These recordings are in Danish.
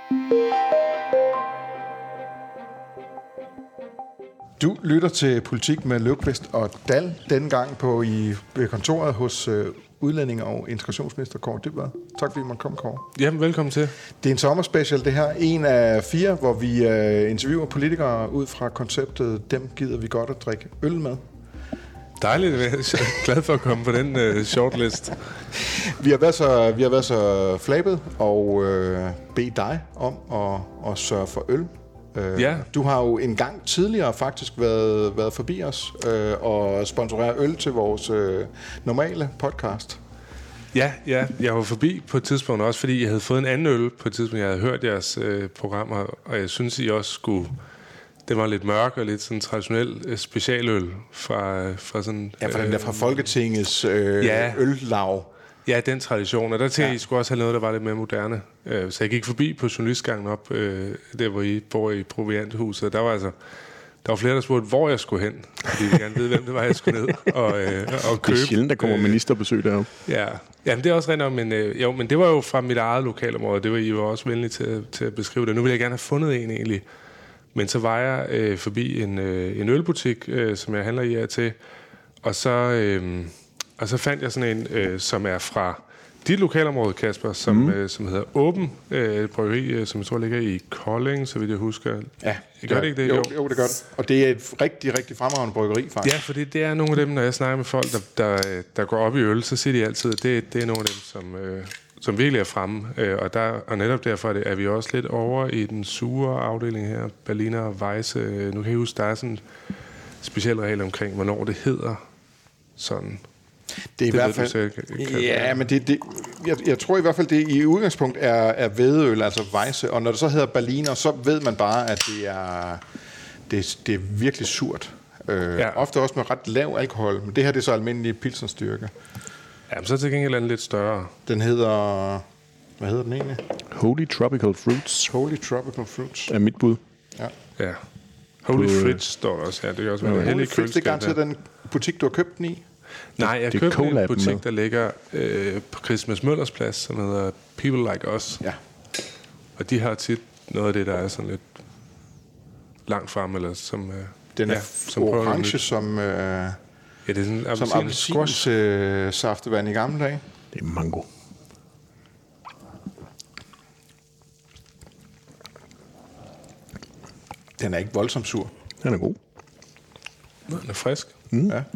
Du lytter til Politik med Løvqvist og Dahl, denne gang i kontoret hos udlændinge- og integrationsminister Kaare Dybvad. Tak fordi man kom, Kaare. Jamen, velkommen til. Det er en sommerspecial, det her. En af 4, hvor vi interviewer politikere ud fra konceptet, dem gider vi godt at drikke øl med. Dejligt, jeg er glad for at komme på den shortlist. Vi har været så flabet og bedt dig om at sørge for øl. Ja. Du har jo en gang tidligere faktisk været forbi os og sponsoreret øl til vores normale podcast. Ja, jeg var forbi på et tidspunkt også, fordi jeg havde fået en anden øl på et tidspunkt. Jeg havde hørt jeres programmer, og jeg synes, I også skulle... Det var lidt mørk og lidt sådan traditionel specialøl fra sådan... Ja, for den der fra Folketingets øllav. Ja, den tradition. Og der tænkte jeg, I skulle også have noget, der var lidt mere moderne. Så jeg gik forbi på journalistgangen op, der hvor I bor i provianthuset. Der var flere, der spurgte, hvor jeg skulle hen. Fordi jeg gerne ved, hvem det var, jeg skulle ned og købe. Det er sjældent, der kommer ministerbesøg deroppe. Ja, men det er også rent men det var jo fra mit eget lokalområde. Det var I jo også venlige til at beskrive det. Nu ville jeg gerne have fundet en egentlig. Men så var jeg forbi en ølbutik, som jeg handler i af til. Og så fandt jeg sådan en, som er fra dit lokalområde, Kasper, som hedder Åben Bryggeri, som jeg tror ligger i Kolding, så vidt jeg husker. Ja, gør det ikke det? Jo, det gør det. Og det er et rigtig, rigtig fremragende bryggeri, faktisk. Ja, for det er nogle af dem, når jeg snakker med folk, der går op i øl, så siger de altid, at det er nogle af dem, som virkelig er fremme. Og netop derfor er vi også lidt over i den sure afdeling her, Berliner og Weisse. Nu kan jeg huske, der er sådan en speciel regel omkring, hvornår det hedder sådan. Det er i hvert fald... men jeg tror i hvert fald, det i udgangspunkt er hvedeøl, altså Weisse. Og når det så hedder Berliner, så ved man bare, at det er virkelig surt. Ofte også med ret lav alkohol, men det her det er så almindelig pilsnerstyrke. Ja, men så til gengæld er den lidt større. Den hedder... Hvad hedder den egentlig? Holy Tropical Fruits. Holy Tropical Fruits. Er mit bud. Ja. Holy Fritz står også. Ja, det er også Holy Fritz, det er garanteret den butik, du har købt den i? Nej, jeg købte en butik, der ligger på Christmas Møllers Plads, som hedder People Like Us. Ja. Og de har tit noget af det, der er sådan lidt langt frem, eller som... Den er som orange, som... Ja, det er sådan som appelsinsaftevand i gamle dage. Det er mango. Den er ikke voldsomt sur. Den er god. Den er frisk. Mm. Ja.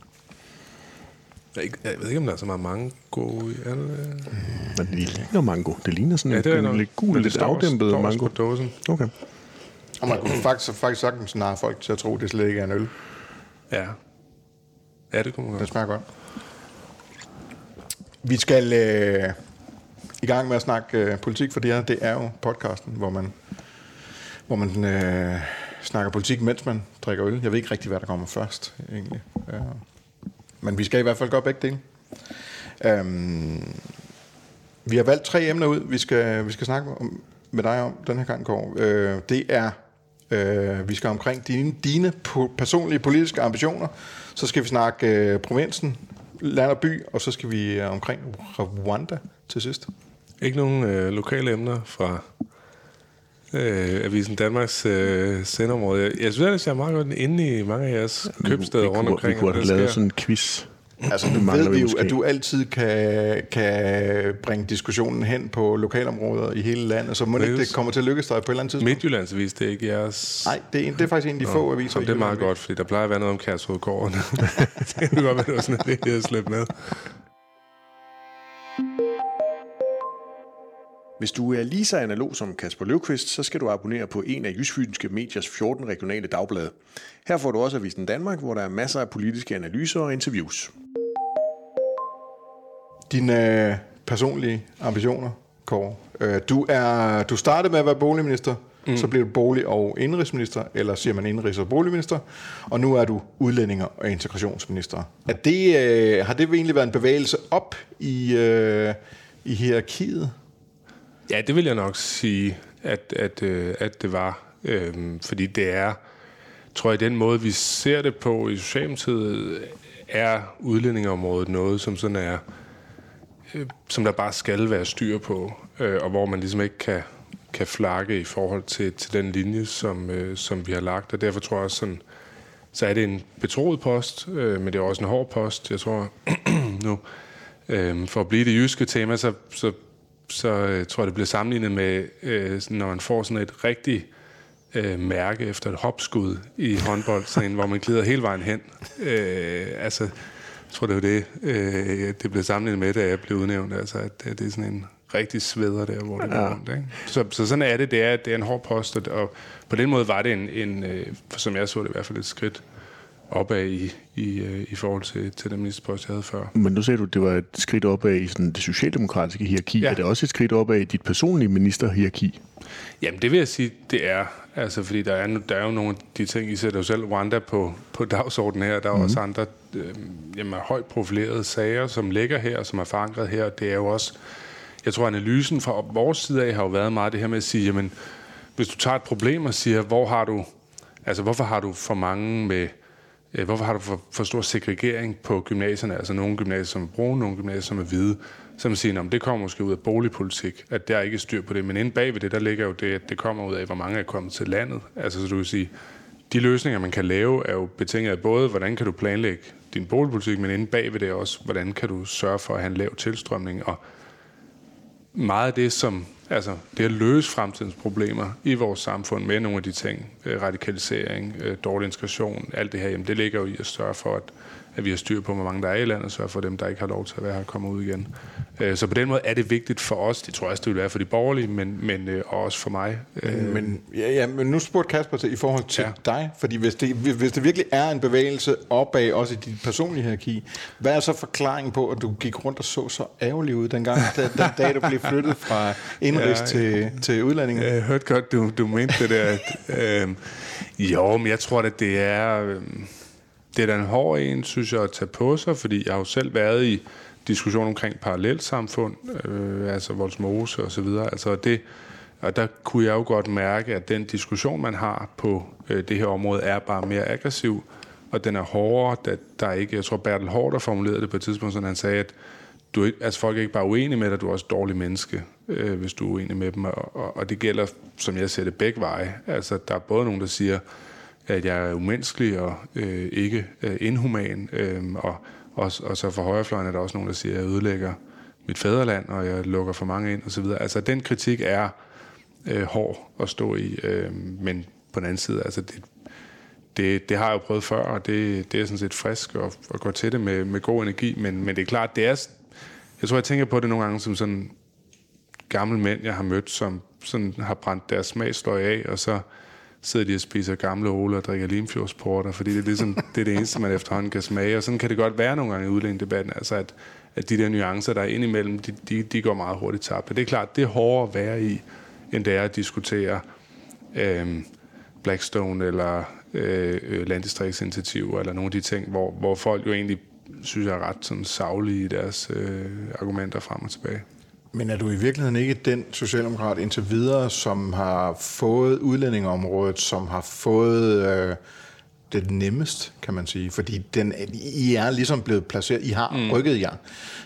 Jeg ved ikke, om der er så meget mango i alle... Men det ligner mango. Det ligner sådan en lidt gul, lidt afdæmpet mango. På dåsen. Okay. Og man kunne faktisk sagtens snarere folk til at tro, at det slet ikke er en øl. Ja. Ja, det kunne man godt. Det smager godt. Vi skal i gang med at snakke politik, for det er jo podcasten, hvor man snakker politik, mens man drikker øl. Jeg ved ikke rigtig, hvad der kommer først, egentlig. Men vi skal i hvert fald gøre begge dele. Vi har valgt 3 emner ud, vi skal snakke med dig om den her gang, Kaare. Det er, vi skal omkring dine personlige politiske ambitioner. Så skal vi snakke provinsen, land og by, og så skal vi omkring Rwanda til sidst. Ikke nogen lokale emner fra Avisen Danmarks sendeområde. Jeg synes, at jeg er meget godt inde i mange af jeres købsteder rundt omkring. Vi kunne have lavet sådan en quiz. Altså, nu ved vi jo, at du altid kan bringe diskussionen hen på lokalområder i hele landet, så må det ikke kommer til at lykkes dig på et eller andet tidspunkt. Midtjyllandsavis, det er ikke jeres... Nej, det er faktisk en af de få aviser. Det er meget godt, fordi der plejer at være noget om Kærshovedgården. Det kan godt være, det var sådan, at det jeg slæbt med. Hvis du er lige så analog som Kasper Løvqvist, så skal du abonnere på en af Jysfynske Mediers 14 regionale dagblade. Her får du også Avisen Danmark, hvor der er masser af politiske analyser og interviews. Dine personlige ambitioner, Kaare. Du startede med at være boligminister, så blev du bolig- og indrigsminister, eller siger man indrigs- og boligminister, og nu er du udlændinge- og integrationsminister. Har det egentlig været en bevægelse op i hierarkiet? Ja, det vil jeg nok sige, at det var. Fordi det er, tror jeg, den måde, vi ser det på i Socialdemokratiet, er udlændingeområdet noget, som sådan er, som der bare skal være styr på, og hvor man ligesom ikke kan flakke i forhold til den linje, som vi har lagt. Og derfor tror jeg også sådan, så er det en betroet post, men det er også en hård post. Jeg tror nu, for at blive det jyske tema, så tror jeg, det bliver sammenlignet med, når man får sådan et rigtigt mærke efter et hopskud i håndbold, sådan, hvor man glider hele vejen hen. Altså, jeg tror, det var det blev sammenlignet med, da jeg blev udnævnt. Altså, at det er sådan en rigtig sveder der, hvor det går rundt. Ikke? Så sådan er det. Det er en hård post, og på den måde var det en som jeg så det i hvert fald, et skridt opad i forhold til den ministerpost, jeg havde før. Men nu sagde du, at det var et skridt opad i sådan det socialdemokratiske hierarki. Ja. Er det også et skridt opad i dit personlige ministerhierarki? Jamen, det vil jeg sige, det er. Altså, fordi der er jo nogle af de ting, I sætter jo selv Rwanda på dagsordenen her. Der er også andre højt profilerede sager, som ligger her, som er forankret her. Det er jo også, jeg tror, analysen fra vores side af har jo været meget det her med at sige, jamen, hvis du tager et problem og siger, hvorfor har du for mange med, hvorfor har du for stor segregering på gymnasierne, altså nogle gymnasier, som er brune, nogle gymnasier, som er hvide, så man siger, det kommer måske ud af boligpolitik, at der ikke er styr på det, men inde bagved det, der ligger jo det, at det kommer ud af, hvor mange er kommet til landet. Altså, så du kan sige, de løsninger, man kan lave, er jo betinget af både, hvordan kan du planlægge din boligpolitik, men inde bagved det også, hvordan kan du sørge for at have en lav tilstrømning, og meget af det, som, altså det at løse fremtidens problemer i vores samfund med nogle af de ting, radikalisering, dårlig integration, alt det her, jamen det ligger jo i at sørge for, at vi har styr på, hvor mange der er i landet, og sørge for dem, der ikke har lov til at være her, kommer ud igen. Så på den måde er det vigtigt for os, det tror jeg også, det vil være for de borgerlige, men også for mig. Men nu spurgte Kasper til, i forhold til dig, fordi hvis det virkelig er en bevægelse opad, også i dit personlige hierarki, hvad er så forklaringen på, at du gik rundt og så ærgerlig ud den dag, du blev flyttet fra indrigs til udlændinge? Jeg hørte godt, du mente det der. Jo, men jeg tror, at det er da en hård en, synes jeg, at tage på sig, fordi jeg har jo selv været i diskussion omkring parallelsamfund, altså Vollsmose og så videre. Altså og der kunne jeg jo godt mærke, at den diskussion, man har på det her område, er bare mere aggressiv, og den er hårdere. Der er ikke, jeg tror, Bertel Haarder formulerede det på et tidspunkt, sådan han sagde, at folk er ikke bare uenige med dig, du er også et dårligt menneske, hvis du er uenig med dem. Og det gælder, som jeg ser det, begge veje. Altså, der er både nogen, der siger, at jeg er umenneskelig og ikke inhuman, og så for højrefløjen er der også nogen, der siger, at jeg ødelægger mit fædreland, og jeg lukker for mange ind, osv. Altså, den kritik er hård at stå i, men på den anden side, altså det har jeg jo prøvet før, og det er sådan set frisk at gå til det med god energi, men det er klart, det er, jeg tror, jeg tænker på det nogle gange som sådan gamle mænd, jeg har mødt, som sådan har brændt deres smagsløg af, og så sidder de og spiser gamle ole og drikker Limfjordsporter, fordi det er ligesom, det er det eneste, man efterhånden kan smage, og sådan kan det godt være nogle gange i udlændingedebatten, altså at de der nuancer, der er indimellem, de går meget hurtigt tabt. Og det er klart, det er hårdere at være i, end det er at diskutere Blackstone eller landdistriktsinitiativer, eller nogle af de ting, hvor folk jo egentlig synes jeg er ret sådan saglige i deres argumenter frem og tilbage. Men er du i virkeligheden ikke den socialdemokrat indtil videre, som har fået udlændingeområdet, som har fået det nemmest, kan man sige? Fordi I er ligesom blevet placeret, I har rykket jer.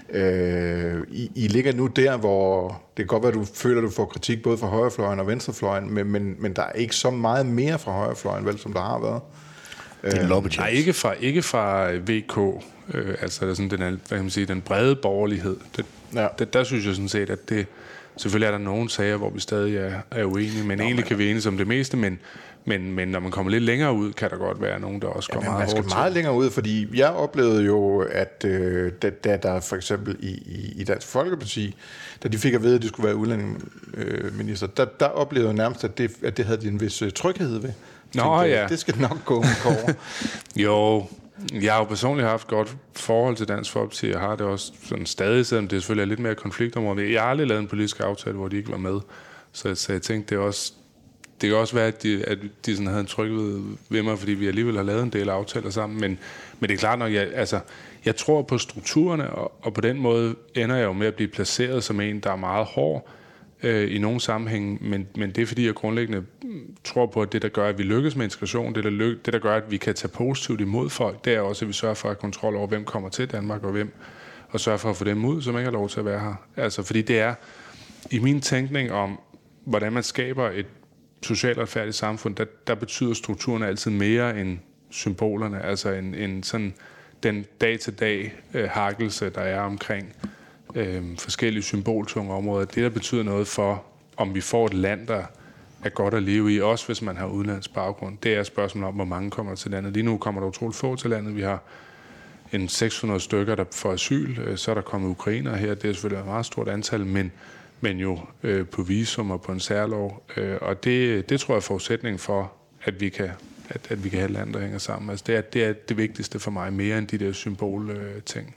I ligger nu der, hvor det kan godt være, at du føler, at du får kritik både fra højrefløjen og venstrefløjen, men der er ikke så meget mere fra højrefløjen, vel, som der har været. Nej, ikke fra VK, altså sådan den, hvad kan man sige, den brede borgerlighed. Der synes jeg sådan set, at det selvfølgelig er der nogle sager, hvor vi stadig er uenige, men egentlig kan vi enes om det meste, men når man kommer lidt længere ud, kan der godt være nogen, der også går meget hårdt til. Man skal meget længere ud, fordi jeg oplevede jo, at da der for eksempel i Dansk Folkeparti, da de fik at vide, at de skulle være udlændingeminister, der oplevede jeg nærmest, at det havde de en vis tryghed ved. Det skal nok gå med Kåre. Jo, jeg har jo personligt haft godt forhold til Dansk Folkeparti. Jeg har det også sådan stadig, selvom det selvfølgelig er lidt mere konfliktområde. Jeg har aldrig lavet en politisk aftale, hvor de ikke var med. Så jeg tænkte, det kan også være, at de sådan havde en tryghed ved mig, fordi vi alligevel har lavet en del aftaler sammen. Men det er klart nok, jeg tror på strukturerne, og på den måde ender jeg jo med at blive placeret som en, der er meget hård i nogle sammenhæng, men det er fordi, jeg grundlæggende tror på, at det, der gør, at vi lykkes med integration, det, der gør, at vi kan tage positivt imod folk, det er også, at vi sørger for at have kontrol over, hvem kommer til Danmark, og sørge for at få dem ud, som ikke har lov til at være her. Altså, fordi det er, i min tænkning om, hvordan man skaber et socialt retfærdigt samfund, der betyder strukturen altid mere end symbolerne, altså en sådan den dag-til-dag hakkelse, der er omkring forskellige symboltunge områder. Det, der betyder noget for, om vi får et land, der er godt at leve i, også hvis man har udenlandsk baggrund. Det er et spørgsmål om, hvor mange kommer til landet. Lige nu kommer der utroligt få til landet. Vi har en 600 stykker, der får asyl. Så er der kommet ukrainere her. Det er selvfølgelig et meget stort antal, men jo på visum og på en særlov. Og det tror jeg er forudsætningen for, at vi kan have et land, der hænger sammen. Altså det er det vigtigste for mig, mere end de der symbolting.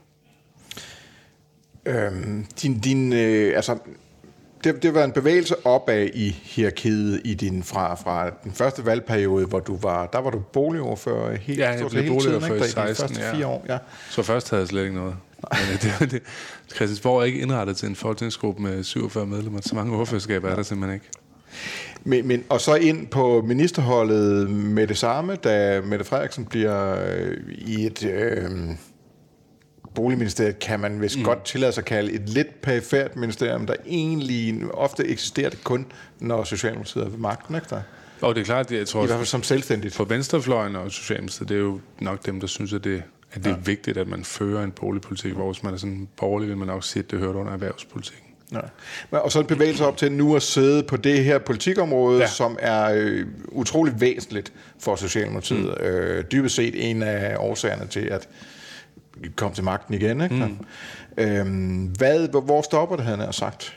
Det var en bevægelse opad i hierarkiet i fra den første valgperiode, hvor du var boligordfører helt boligordfører i 16, de første 4 år. Ja. Så først havde jeg slet ikke noget. Men Christiansborg er ikke indrettet til en folketingsgruppe med 47 medlemmer. Så mange ordførerskaber er der simpelthen ikke. Og så ind på ministerholdet med det samme, da Mette Frederiksen bliver i et boligministeriet, kan man vist godt tillade sig at kalde et lidt perifert ministerium, der egentlig ofte eksisterer det kun, når Socialdemokratiet er ved magten, ikke der? Og det er klart, jeg tror, i hvert fald som selvstændigt. For venstrefløjen og Socialdemokratiet, det er jo nok dem, der synes, at det er vigtigt, at man fører en boligpolitik, hvor hvis man er sådan borgerlig, vil man nok sige, at det hører under erhvervspolitikken. Ja. Og så en bevægelse op til nu at sidde på det her politikområde, som er utroligt væsentligt for Socialdemokratiet. Dybest set en af årsagerne til, at vi kom til magten igen. Ikke? Hvor stopper det, havde jeg sagt?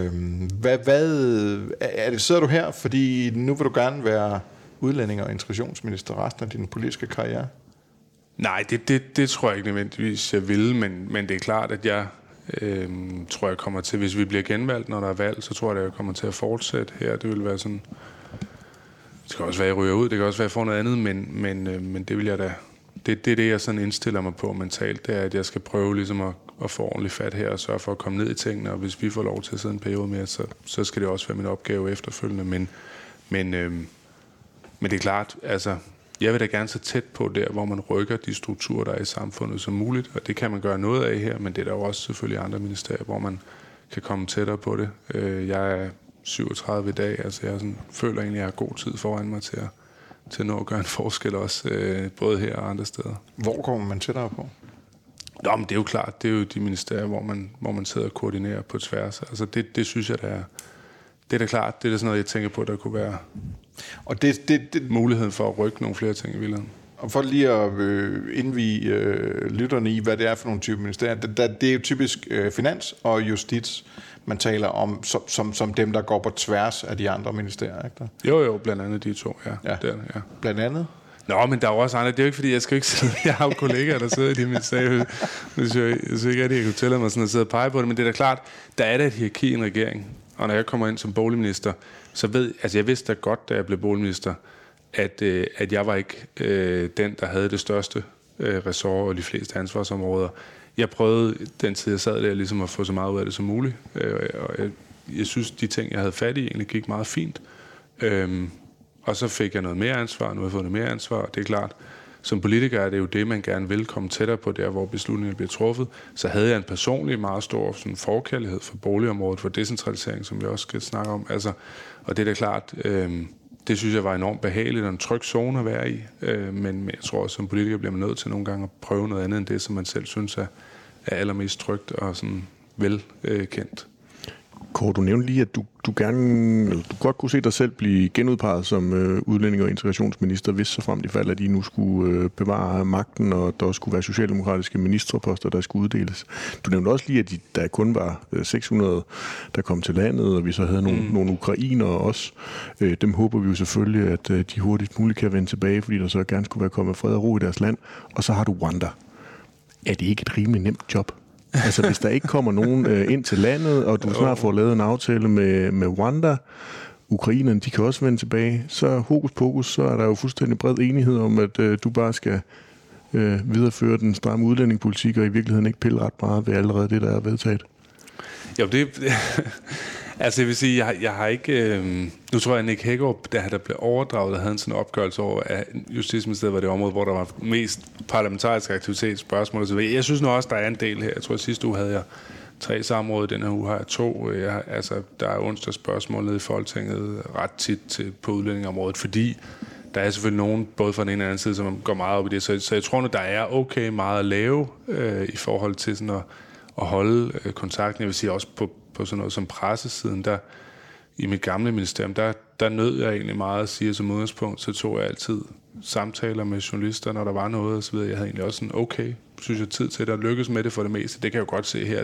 Sidder du her, fordi nu vil du gerne være udlænding- og integrationsminister resten af din politiske karriere? Nej, det tror jeg ikke nødvendigvis, jeg vil, men det er klart, at jeg tror, jeg kommer til, hvis vi bliver genvalgt, når der er valg, så tror jeg, at jeg kommer til at fortsætte her. Det vil være sådan, det kan også være, at jeg ryger ud, det kan også være, at jeg får noget andet, men det vil jeg da, det er det, jeg sådan indstiller mig på mentalt, det er, at jeg skal prøve ligesom at få ordentligt fat her og sørge for at komme ned i tingene, og hvis vi får lov til at sidde en periode mere, så skal det også være min opgave efterfølgende, men det er klart, altså, jeg vil da gerne så tæt på der, hvor man rykker de strukturer, der er i samfundet som muligt, og det kan man gøre noget af her, men det er der jo også selvfølgelig andre ministerier, hvor man kan komme tættere på det. Jeg er 37 i dag, altså jeg føler egentlig, at jeg har god tid foran mig til at nå at gøre en forskel også, både her og andre steder. Hvor kommer man tættere på? Nå, men det er jo klart, det er jo de ministerier, hvor man sidder og koordinerer på tværs. Altså det synes jeg, det er da klart, det er da sådan noget, jeg tænker på, der kunne være og det muligheden for at rykke nogle flere ting i virkeligheden. Og for lige at indvige lytterne i, hvad det er for nogle typer ministerier, det er jo typisk finans og justits, man taler om som dem, der går på tværs af de andre ministerier, ikke der? Jo, blandt andet de to, ja. Det, ja. Blandt andet? Nå, men der er jo også andre. Det er jo ikke, fordi jeg skal ikke sidde. Jeg har jo kollegaer, der sidder i de ministerier. Jeg synes ikke, at jeg kunne tælle mig sådan at sidde og pege på det, men det er da klart, der er der et hierarki i en regering. Og når jeg kommer ind som boligminister, så jeg vidste da godt, da jeg blev boligminister, at jeg var ikke den, der havde det største ressort og de fleste ansvarsområder. Jeg prøvede den tid, jeg sad der, ligesom at få så meget ud af det som muligt. Og jeg synes, de ting, jeg havde fat i, egentlig gik meget fint. Og så fik jeg noget mere ansvar, nu har jeg fået noget mere ansvar, og det er klart, som politiker er det jo det, man gerne vil komme tættere på, der hvor beslutningen bliver truffet. Så havde jeg en personlig meget stor sådan, forkærlighed for boligområdet, for decentralisering, som vi også skal snakke om. Altså, og det er da klart, det synes jeg var enormt behageligt og en tryg zone at være i. Men jeg tror også, som politiker bliver man nødt til nogle gange at prøve noget andet end det, som man selv synes er allermest trygt og sådan velkendt. Kåre, du nævnte lige, at du godt kunne se dig selv blive genudpeget som udlænding- og integrationsminister, hvis så frem i fald, at I nu skulle bevare magten, og der også skulle være socialdemokratiske ministerposter, der skulle uddeles. Du nævnte også lige, at der kun var 600, der kom til landet, og vi så havde nogle ukrainere også. Dem håber vi jo selvfølgelig, at de hurtigst muligt kan vende tilbage, fordi der så gerne skulle være kommet fred og ro i deres land. Og så har du Rwanda. Er det ikke et rimelig nemt job? Altså, hvis der ikke kommer nogen ind til landet, og du snart får lavet en aftale med Rwanda, ukrainerne, de kan også vende tilbage, så hokus pokus, så er der jo fuldstændig bred enighed om, at du bare skal videreføre den stramme udlændingepolitik, og i virkeligheden ikke pille ret meget ved allerede det, der er vedtaget. Jo, altså jeg vil sige, jeg har ikke... nu tror jeg, at Nick Hækkerup, der blev overdraget, der havde en sådan opgørelse over, at Justitsministeriet var det område, hvor der var mest parlamentarisk aktivitet, spørgsmål og så videre. Jeg synes nu også, der er en del her. Jeg tror, at sidste uge havde jeg 3 samråd. Den her uge har jeg 2. Der er onsdag spørgsmål nede i Folketinget ret tit på udlændingeområdet, fordi der er selvfølgelig nogen, både fra den ene og anden side, som går meget op i det. Så jeg tror nu, der er okay meget at lave i forhold til sådan at holde kontakten. Jeg vil sige også på sådan noget som pressesiden, der i mit gamle ministerium, der nød jeg egentlig meget at sige, som udgangspunkt, så tog jeg altid samtaler med journalister, når der var noget og så videre. Jeg havde egentlig også sådan, okay, synes jeg, tid til det, at lykkes med det for det meste. Det kan jeg jo godt se her,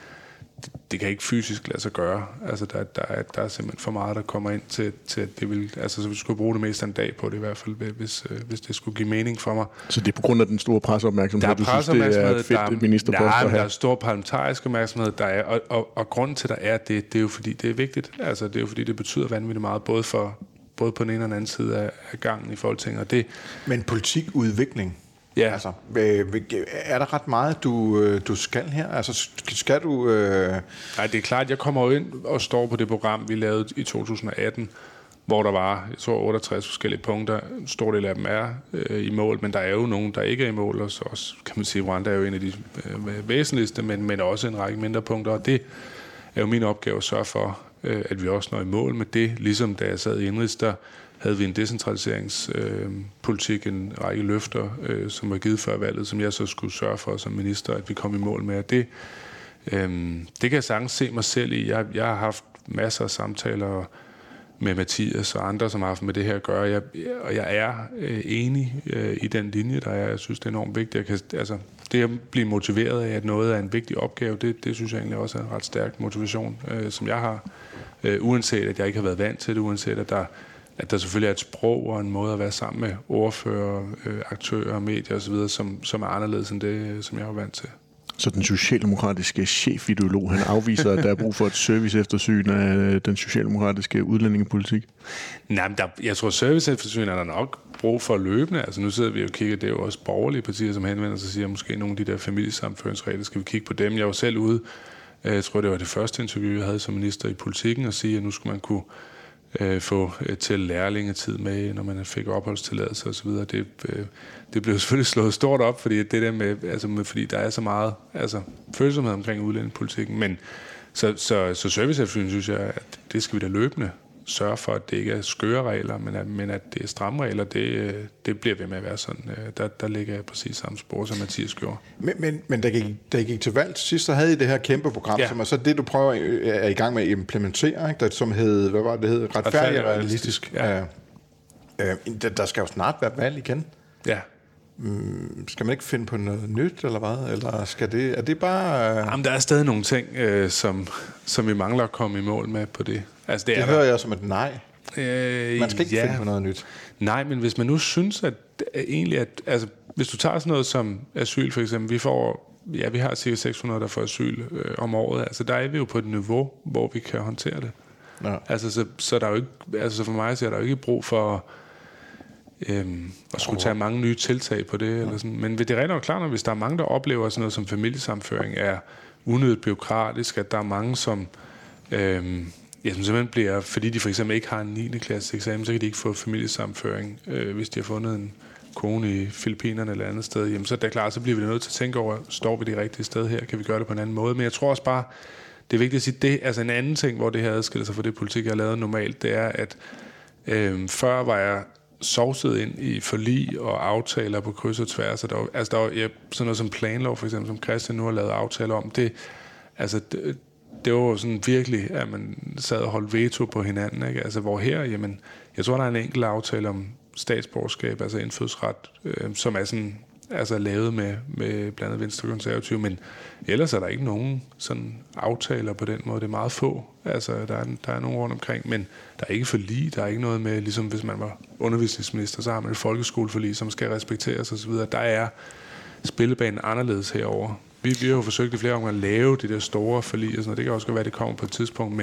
det kan ikke fysisk lade sig gøre. Altså, der er simpelthen for meget, der kommer ind til at det vil... Altså, så vi skulle bruge det mest af en dag på det i hvert fald, hvis det skulle give mening for mig. Så det er på grund af den store presseopmærksomhed, du synes, det er fedt, et ministerpost at have? Der er stor parlamentarisk opmærksomhed, der er, og grunden til, der er det er jo fordi, det er vigtigt. Altså, det er jo fordi, det betyder vanvittigt meget, både på den ene og den anden side af gangen i Folketinget. Og det, men politikudvikling... Ja. Altså, er der ret meget, du skal her? Altså, skal du... Nej, det er klart, jeg kommer jo ind og står på det program, vi lavede i 2018, hvor der var, jeg tror, 68 forskellige punkter. En stor del af dem er i mål, men der er jo nogen, der ikke er i mål, og så også, kan man sige, Rwanda er jo en af de væsentligste, men også en række mindre punkter, og det er jo min opgave at sørge for, at vi også når i mål med det. Ligesom da jeg sad i Indenrigs, der havde vi en decentraliseringspolitik, en række løfter, som var givet før valget, som jeg så skulle sørge for som minister, at vi kom i mål med. Og det kan jeg sagtens se mig selv i. Jeg har haft masser af samtaler med Mathias og andre, som har haft med det her at gøre, og jeg er enig i den linje, der er. Jeg synes, det er enormt vigtigt. Det at blive motiveret af, at noget er en vigtig opgave, det synes jeg egentlig også er en ret stærk motivation, som jeg har. Uanset at jeg ikke har været vant til det, uanset at der selvfølgelig er et sprog og en måde at være sammen med ordfører, aktører, medier osv., som er anderledes end det, som jeg var vant til. Så den socialdemokratiske chefideolog, han afviser, at der er brug for et serviceeftersyn af den socialdemokratiske udlændingepolitik? Nej, men jeg tror, serviceeftersyn er der nok brug for løbende. Altså nu sidder vi og kigger, det er jo også borgerlige partier, som henvender sig og siger, måske nogle af de der familiesammenføringsregler, skal vi kigge på dem. Jeg var selv ude, jeg tror, det var det første interview, jeg havde som minister i politikken, og sige, at nu skulle man kunne få til lærlingetid med, når man fik opholdstilladelse og så videre. Det blev selvfølgelig slået stort op, fordi det der med, fordi der er så meget følsomhed omkring udlændingepolitikken, men så serviceeftersyn synes jeg, at det skal vi da løbende sørge for, at det ikke er skøre regler, men at det er stramme regler, det bliver ved med at være sådan. Der ligger jeg præcis samme spor, som Mathias gjorde. Men der gik til valg sidst, så havde I det her kæmpe program, som er så det, du prøver er i gang med at implementere, ikke? Som hed, hvad var det hed? Retfærdig og realistisk. Ja. Der skal jo snart være valg igen. Ja. Skal man ikke finde på noget nyt, eller hvad? Eller er det bare... Jamen, der er stadig nogle ting, som vi mangler at komme i mål med på det. Altså, det hører jeg som et nej. Man skal ikke finde på noget nyt. Nej, men hvis man nu synes, at hvis du tager sådan noget som asyl for eksempel, vi har cirka 600, der får asyl om året. Altså, der er vi jo på et niveau, hvor vi kan håndtere det. Ja. Altså, så der er jo ikke, altså for mig så er der jo ikke brug for at skulle tage mange nye tiltag på det. Eller sådan. Men det er rigtig nok klart, når hvis der er mange, der oplever sådan noget som familiesammenføring, er unødigt bureaukratisk, at der er mange, som som simpelthen bliver, fordi de for eksempel ikke har en 9. klasse eksamen, så kan de ikke få familiesammenføring, hvis de har fundet en kone i Filippinerne eller andet sted. Jamen, så er det klart, så bliver vi nødt til at tænke over, står vi det rigtige sted her? Kan vi gøre det på en anden måde? Men jeg tror også bare, det er vigtigt at sige, det, altså en anden ting, hvor det her adskiller sig fra det politik, jeg har lavet normalt, det er, at før var jeg sovset ind i forlig og aftaler på kryds og tværs. Så der var sådan noget som planlov, for eksempel, som Christian nu har lavet aftaler om. Det var jo sådan virkelig, at man sad og holdt veto på hinanden. Ikke? Altså, hvor her, jamen, jeg tror, der er en enkelt aftale om statsborgerskab, altså indfødsret, som er sådan, altså lavet med blandt andet Venstre og Konservative, men ellers er der ikke nogen sådan aftaler på den måde. Det er meget få. Altså, der er nogen rundt omkring, men der er ikke forlig. Der er ikke noget med, ligesom hvis man var undervisningsminister, så har man et folkeskoleforlig, som skal respekteres osv. Der er spillebanen anderledes herover. Vi har jo forsøgt i flere omgange at lave de der store forlig og sådan noget. Det kan også godt være, at det kommer på et tidspunkt,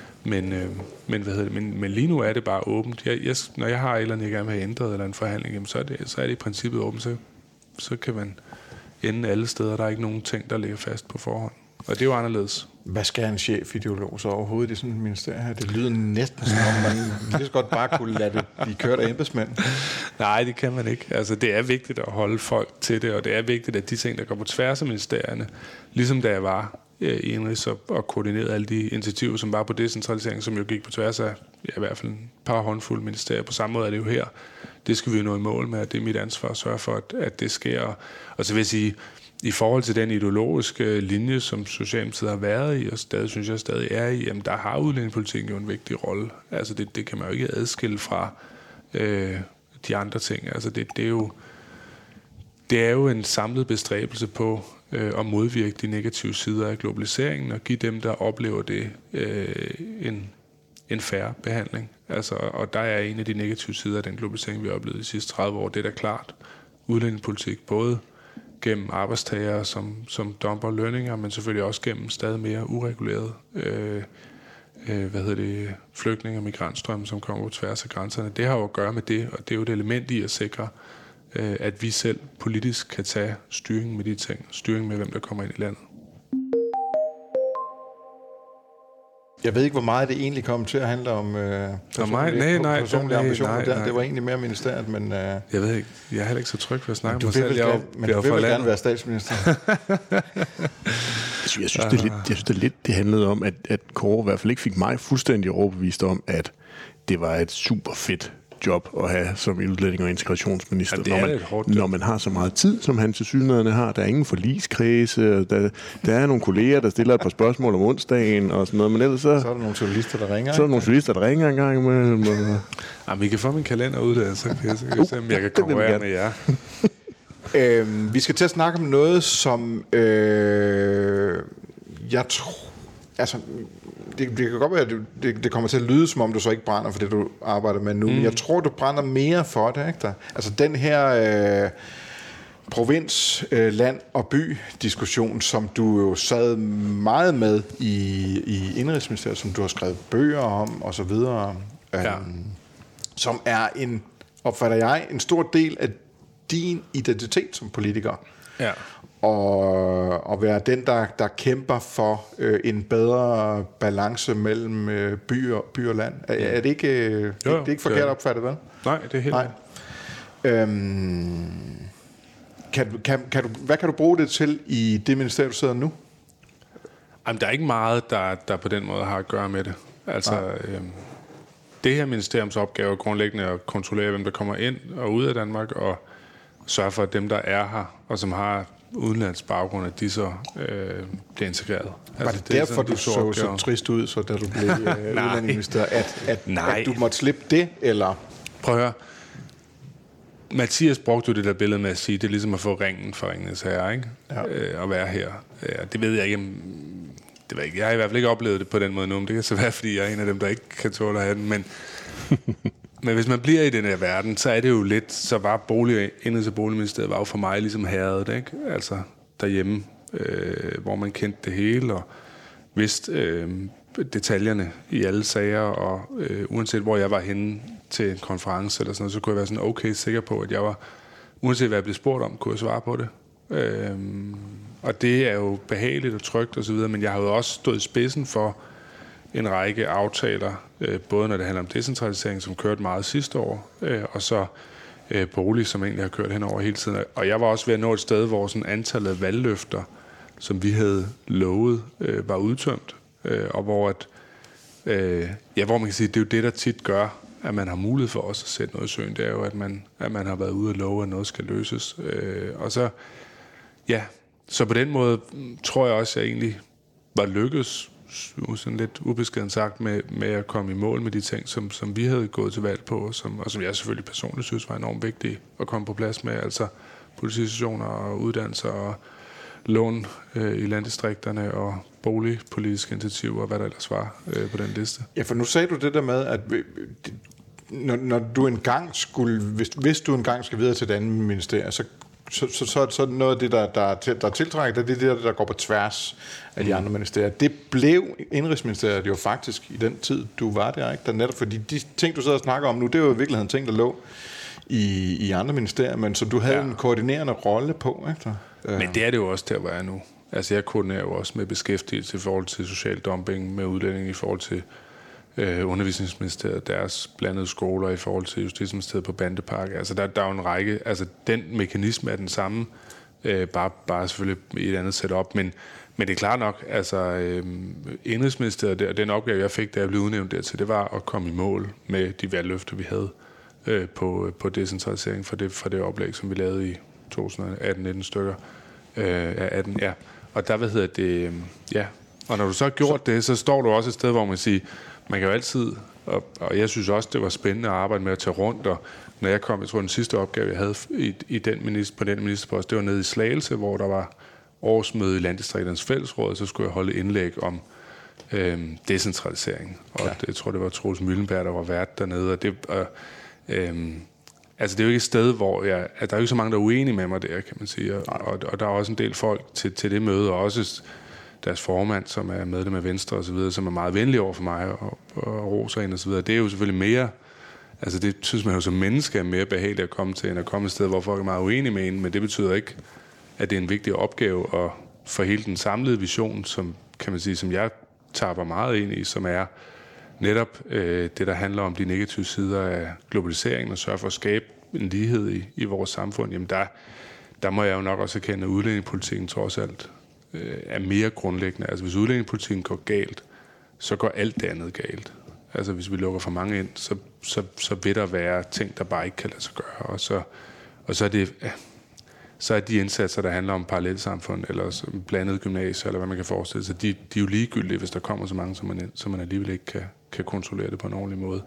men lige nu er det bare åbent. Når jeg har et eller andet, jeg gerne vil have ændret eller en forhandling, jamen, så er det i princippet åbent. Så kan man ende alle steder. Der er ikke nogen ting, der ligger fast på forhånd. Og det er jo anderledes. Hvad skal en chefideolog så overhovedet i sådan et ministerie her? Det lyder næsten som om, man lige så godt bare kunne lade det blive kørt af embedsmænd. Nej, det kan man ikke. Altså, det er vigtigt at holde folk til det, og det er vigtigt, at de ting, der går på tværs af ministerierne, ligesom da jeg var i indrigs og koordineret alle de initiativer, som var på decentralisering, som jo gik på tværs af i hvert fald en par håndfulde ministerier. På samme måde er det jo her. Det skal vi jo nå i mål med, og det er mit ansvar at sørge for, at det sker. Og så vil jeg sige, i forhold til den ideologiske linje, som Socialdemokratiet har været i, og synes jeg stadig er i, jamen der har udlændingepolitikken jo en vigtig rolle. Altså det kan man jo ikke adskille fra de andre ting. Altså det er jo en samlet bestræbelse på at modvirke de negative sider af globaliseringen og give dem, der oplever det, en fair behandling. Altså, og der er en af de negative sider af den globalisering, vi har oplevet de sidste 30 år. Det er da klart udlændingepolitik, både gennem arbejdstagere, som dumper lønninger, men selvfølgelig også gennem stadig mere ureguleret flygtninge- og migrantstrømme, som kommer på tværs af grænserne. Det har jo at gøre med det, og det er jo et element i at sikre, at vi selv politisk kan tage styring med de ting, styring med, hvem der kommer ind i landet. Jeg ved ikke, hvor meget det egentlig kom til at handle om personlige ambitioner der. Det var egentlig mere ministeriet, men... Jeg ved ikke. Jeg er heller ikke så tryg ved at snakke om mig selv. Men du vil gerne være statsminister. Jeg synes, det lidt det handlede om, at Kåre i hvert fald ikke fik mig fuldstændig overbevist om, at det var et super fedt job at have som udlænding- og integrationsminister, når man har så meget tid, som han tilsyneladende har. Der er ingen forligskredse, der er nogle kolleger, der stiller et par spørgsmål om onsdagen og sådan noget, men ellers så er der nogle journalister, der ringer. Så er der nogle journalister, der ringer en gang imellem. Jamen, vi kan få min kalender ud der, så kan jeg se, om jeg kan konkurrere med jer. Vi skal til at snakke om noget, som jeg tror... Altså, det kan godt være, at det kommer til at lyde, som om du så ikke brænder for det, du arbejder med nu. Men jeg tror, du brænder mere for det, ikke der? Altså, den her provins, land og by-diskussion, som du jo sad meget med i Indenrigsministeriet, som du har skrevet bøger om, og så videre. Som er opfatter jeg, en stor del af din identitet som politiker. Ja. Og være den, der kæmper for en bedre balance mellem by og land. Er det ikke, det er ikke forkert opfattet, vel? Nej, det er helt hvad kan du bruge det til i det ministerium, du sidder nu? Jamen, der er ikke meget, der på den måde har at gøre med det. Altså, det her ministeriums opgave er grundlæggende at kontrollere, hvem der kommer ind og ud af Danmark, og sørge for, at dem, der er her, og som har udenlandsk baggrund, at de så bliver integreret. Var det derfor, du så trist ud, så da du blev udlændingeminister, at du måtte slippe det, eller? Prøv at høre. Mathias brugte jo det der billede med at sige, det er ligesom at få ringen for Ringenes Herre, ikke? Ja. At være her. Det ved jeg ikke. Jeg har i hvert fald ikke oplevet det på den måde nu, men det kan så være, fordi jeg er en af dem, der ikke kan tåle at have den, men hvis man bliver i den her verden, så er det jo lidt, så var Indenrigs- og Boligministeriet var jo for mig ligesom herredet, ikke? Altså derhjemme, hvor man kendte det hele, og vidste detaljerne i alle sager, og uanset hvor jeg var henne til en konference eller sådan noget, så kunne jeg være sådan okay sikker på, at jeg var, uanset hvad jeg blev spurgt om, kunne jeg svare på det. Og det er jo behageligt og trygt og så videre, men jeg har jo også stået i spidsen for en række aftaler, både når det handler om decentralisering, som kørte meget sidste år, og så bolig, som egentlig har kørt henover hele tiden. Og jeg var også ved at nå et sted, hvor sådan antallet af valgløfter, som vi havde lovet, var udtømt, og hvor man kan sige, det er jo det, der tit gør, at man har mulighed for også at sætte noget i søen. Det er jo, at man har været ude og love, at noget skal løses. Og så på den måde tror jeg også, at jeg egentlig var lykkedes, sådan lidt ubeskeden sagt, med at komme i mål med de ting, som vi havde gået til valg på, og som jeg selvfølgelig personligt synes var enormt vigtigt at komme på plads med, altså politistationer og uddannelser og lån i landdistrikterne og boligpolitiske initiativer og hvad der ellers var på den liste. Ja, for nu sagde du det der med, at når du engang skulle, hvis du engang skal videre til et andet ministerie, så noget af det, der tiltrækker, det er det, der går på tværs af de andre ministerier. Det blev Indenrigsministeriet jo faktisk i den tid, du var der, ikke? Der netop, fordi de ting, du sidder og snakker om nu, det er jo i virkeligheden ting, der lå i andre ministerier, men som du havde en koordinerende rolle på, ikke? Men det er det jo også der, hvor jeg er nu. Altså jeg koordinerer jo også med beskæftigelse i forhold til social dumping, med udlænding i forhold til Undervisningsministeriet, deres blandede skoler i forhold til Justitsministeriet på Bandepark. Altså der er jo en række, altså den mekanisme er den samme, bare selvfølgelig i et andet setup, Men det er klart nok, altså Indenrigsministeriet og den opgave, jeg fik, da jeg blev udnævnt dertil, det var at komme i mål med de valgløfter, vi havde på decentralisering for det oplæg, som vi lavede i 2018-19 stykker. 18, ja. Og der, ja. Og når du så har gjort det, så står du også et sted, hvor man siger, man kan jo altid, og jeg synes også, det var spændende at arbejde med at tage rundt, og når jeg kom, jeg tror, den sidste opgave, jeg havde på den ministerpost, det var nede i Slagelse, hvor der var årsmøde i Landdistrikternes Fællesråd, så skulle jeg holde indlæg om decentralisering. Og jeg tror, det var Troels Møllenberg, der var vært dernede. Og altså, det er jo ikke et sted, hvor der er jo ikke så mange, der er uenige med mig der, kan man sige. Og der er også en del folk til det møde, og også deres formand, som er medlem af Venstre og så videre, som er meget venlig over for mig og roser ind og så videre. Det er jo selvfølgelig mere, altså det synes man jo som menneske er mere behageligt at komme til, end at komme et sted, hvor folk er meget uenige med en, men det betyder ikke, at det er en vigtig opgave og for hele den samlede vision, som kan man sige, som jeg tapper meget ind i, som er netop det, der handler om de negative sider af globaliseringen og sørge for at skabe en lighed i vores samfund. Jamen der må jeg jo nok også erkende, at udlændingepolitikken trods alt er mere grundlæggende. Altså hvis udlændingepolitikken går galt, så går alt det andet galt. Altså hvis vi lukker for mange ind, så vil der være ting, der bare ikke kan lade sig gøre. Og så er de indsatser, der handler om parallelsamfund, eller blandet gymnasier, eller hvad man kan forestille sig, de er jo ligegyldige, hvis der kommer så mange, som man alligevel ikke kan kontrollere det på en ordentlig måde.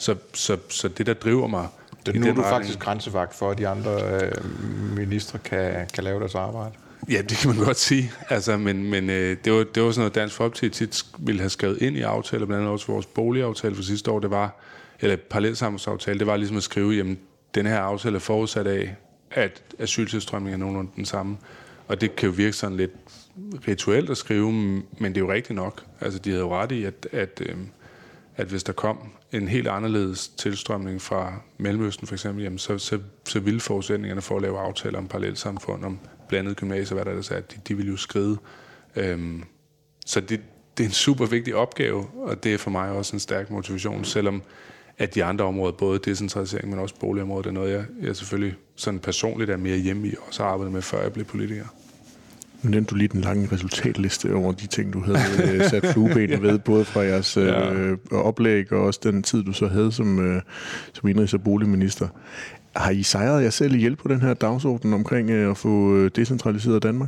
Så det, der driver mig... Det er nu, du faktisk grænsevagt for, at de andre ministre kan lave deres arbejde. Ja, det kan man godt sige. Altså, men det var sådan noget, Dansk Folkeparti tit ville have skrevet ind i aftaler, blandt andet også vores boligaftale for sidste år, eller parallelsamfundsaftale, det var ligesom at skrive, jamen, den her aftale er forudsat af, at asyltilstrømningen er nogenlunde den samme. Og det kan jo virke sådan lidt rituelt at skrive, men det er jo rigtigt nok. Altså, de havde jo ret i, at hvis der kom en helt anderledes tilstrømning fra Mellemøsten for eksempel, jamen, så ville forudsætningerne for at lave aftaler om parallelsamfund, om blandet gymnasier, hvad der er, at de ville jo skride. Så det er en super vigtig opgave, og det er for mig også en stærk motivation, selvom at de andre områder, både decentralisering, men også boligområdet, det er noget, jeg selvfølgelig sådan personligt er mere hjemme i, og så arbejdet med, før jeg blev politiker. Nu nævnte du lige den lange resultatliste over de ting, du havde sat flueben ved, både fra jeres oplæg og også den tid, du så havde som indrigs- og boligminister. Har I sejret jer selv ihjel på den her dagsorden omkring at få decentraliseret Danmark?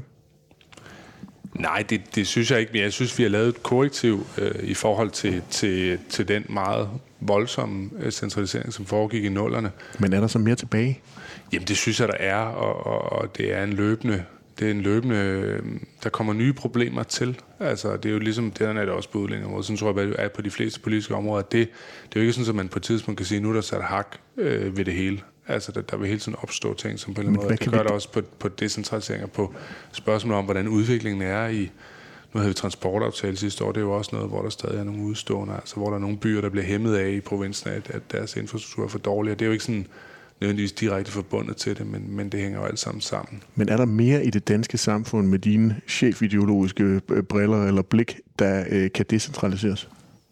Nej, det synes jeg ikke. Men jeg synes, vi har lavet et korrektiv i forhold til den meget voldsomme centralisering, som foregik i 00'erne. Men er der så mere tilbage? Jamen, det synes jeg, der er, og det er en løbende... Der kommer nye problemer til. Altså, det er jo ligesom, det er det også på udlændingeområdet. Sådan tror jeg, at på de fleste politiske områder, det er jo ikke sådan, at man på et tidspunkt kan sige, nu er der sat hak ved det hele. Altså, der vil hele tiden opstå ting, som på en eller anden måde. Det gør det også på decentralisering og på spørgsmål om, hvordan udviklingen er i... Nu havde vi transportaftale sidste år, det er jo også noget, hvor der stadig er nogle udstående, altså hvor der er nogle byer, der bliver hæmmet af i provinsen, at deres infrastruktur er for dårlig. Og det er jo ikke sådan nødvendigvis direkte forbundet til det, men det hænger jo alt sammen. Men er der mere i det danske samfund med dine chefideologiske briller eller blik, der kan decentraliseres?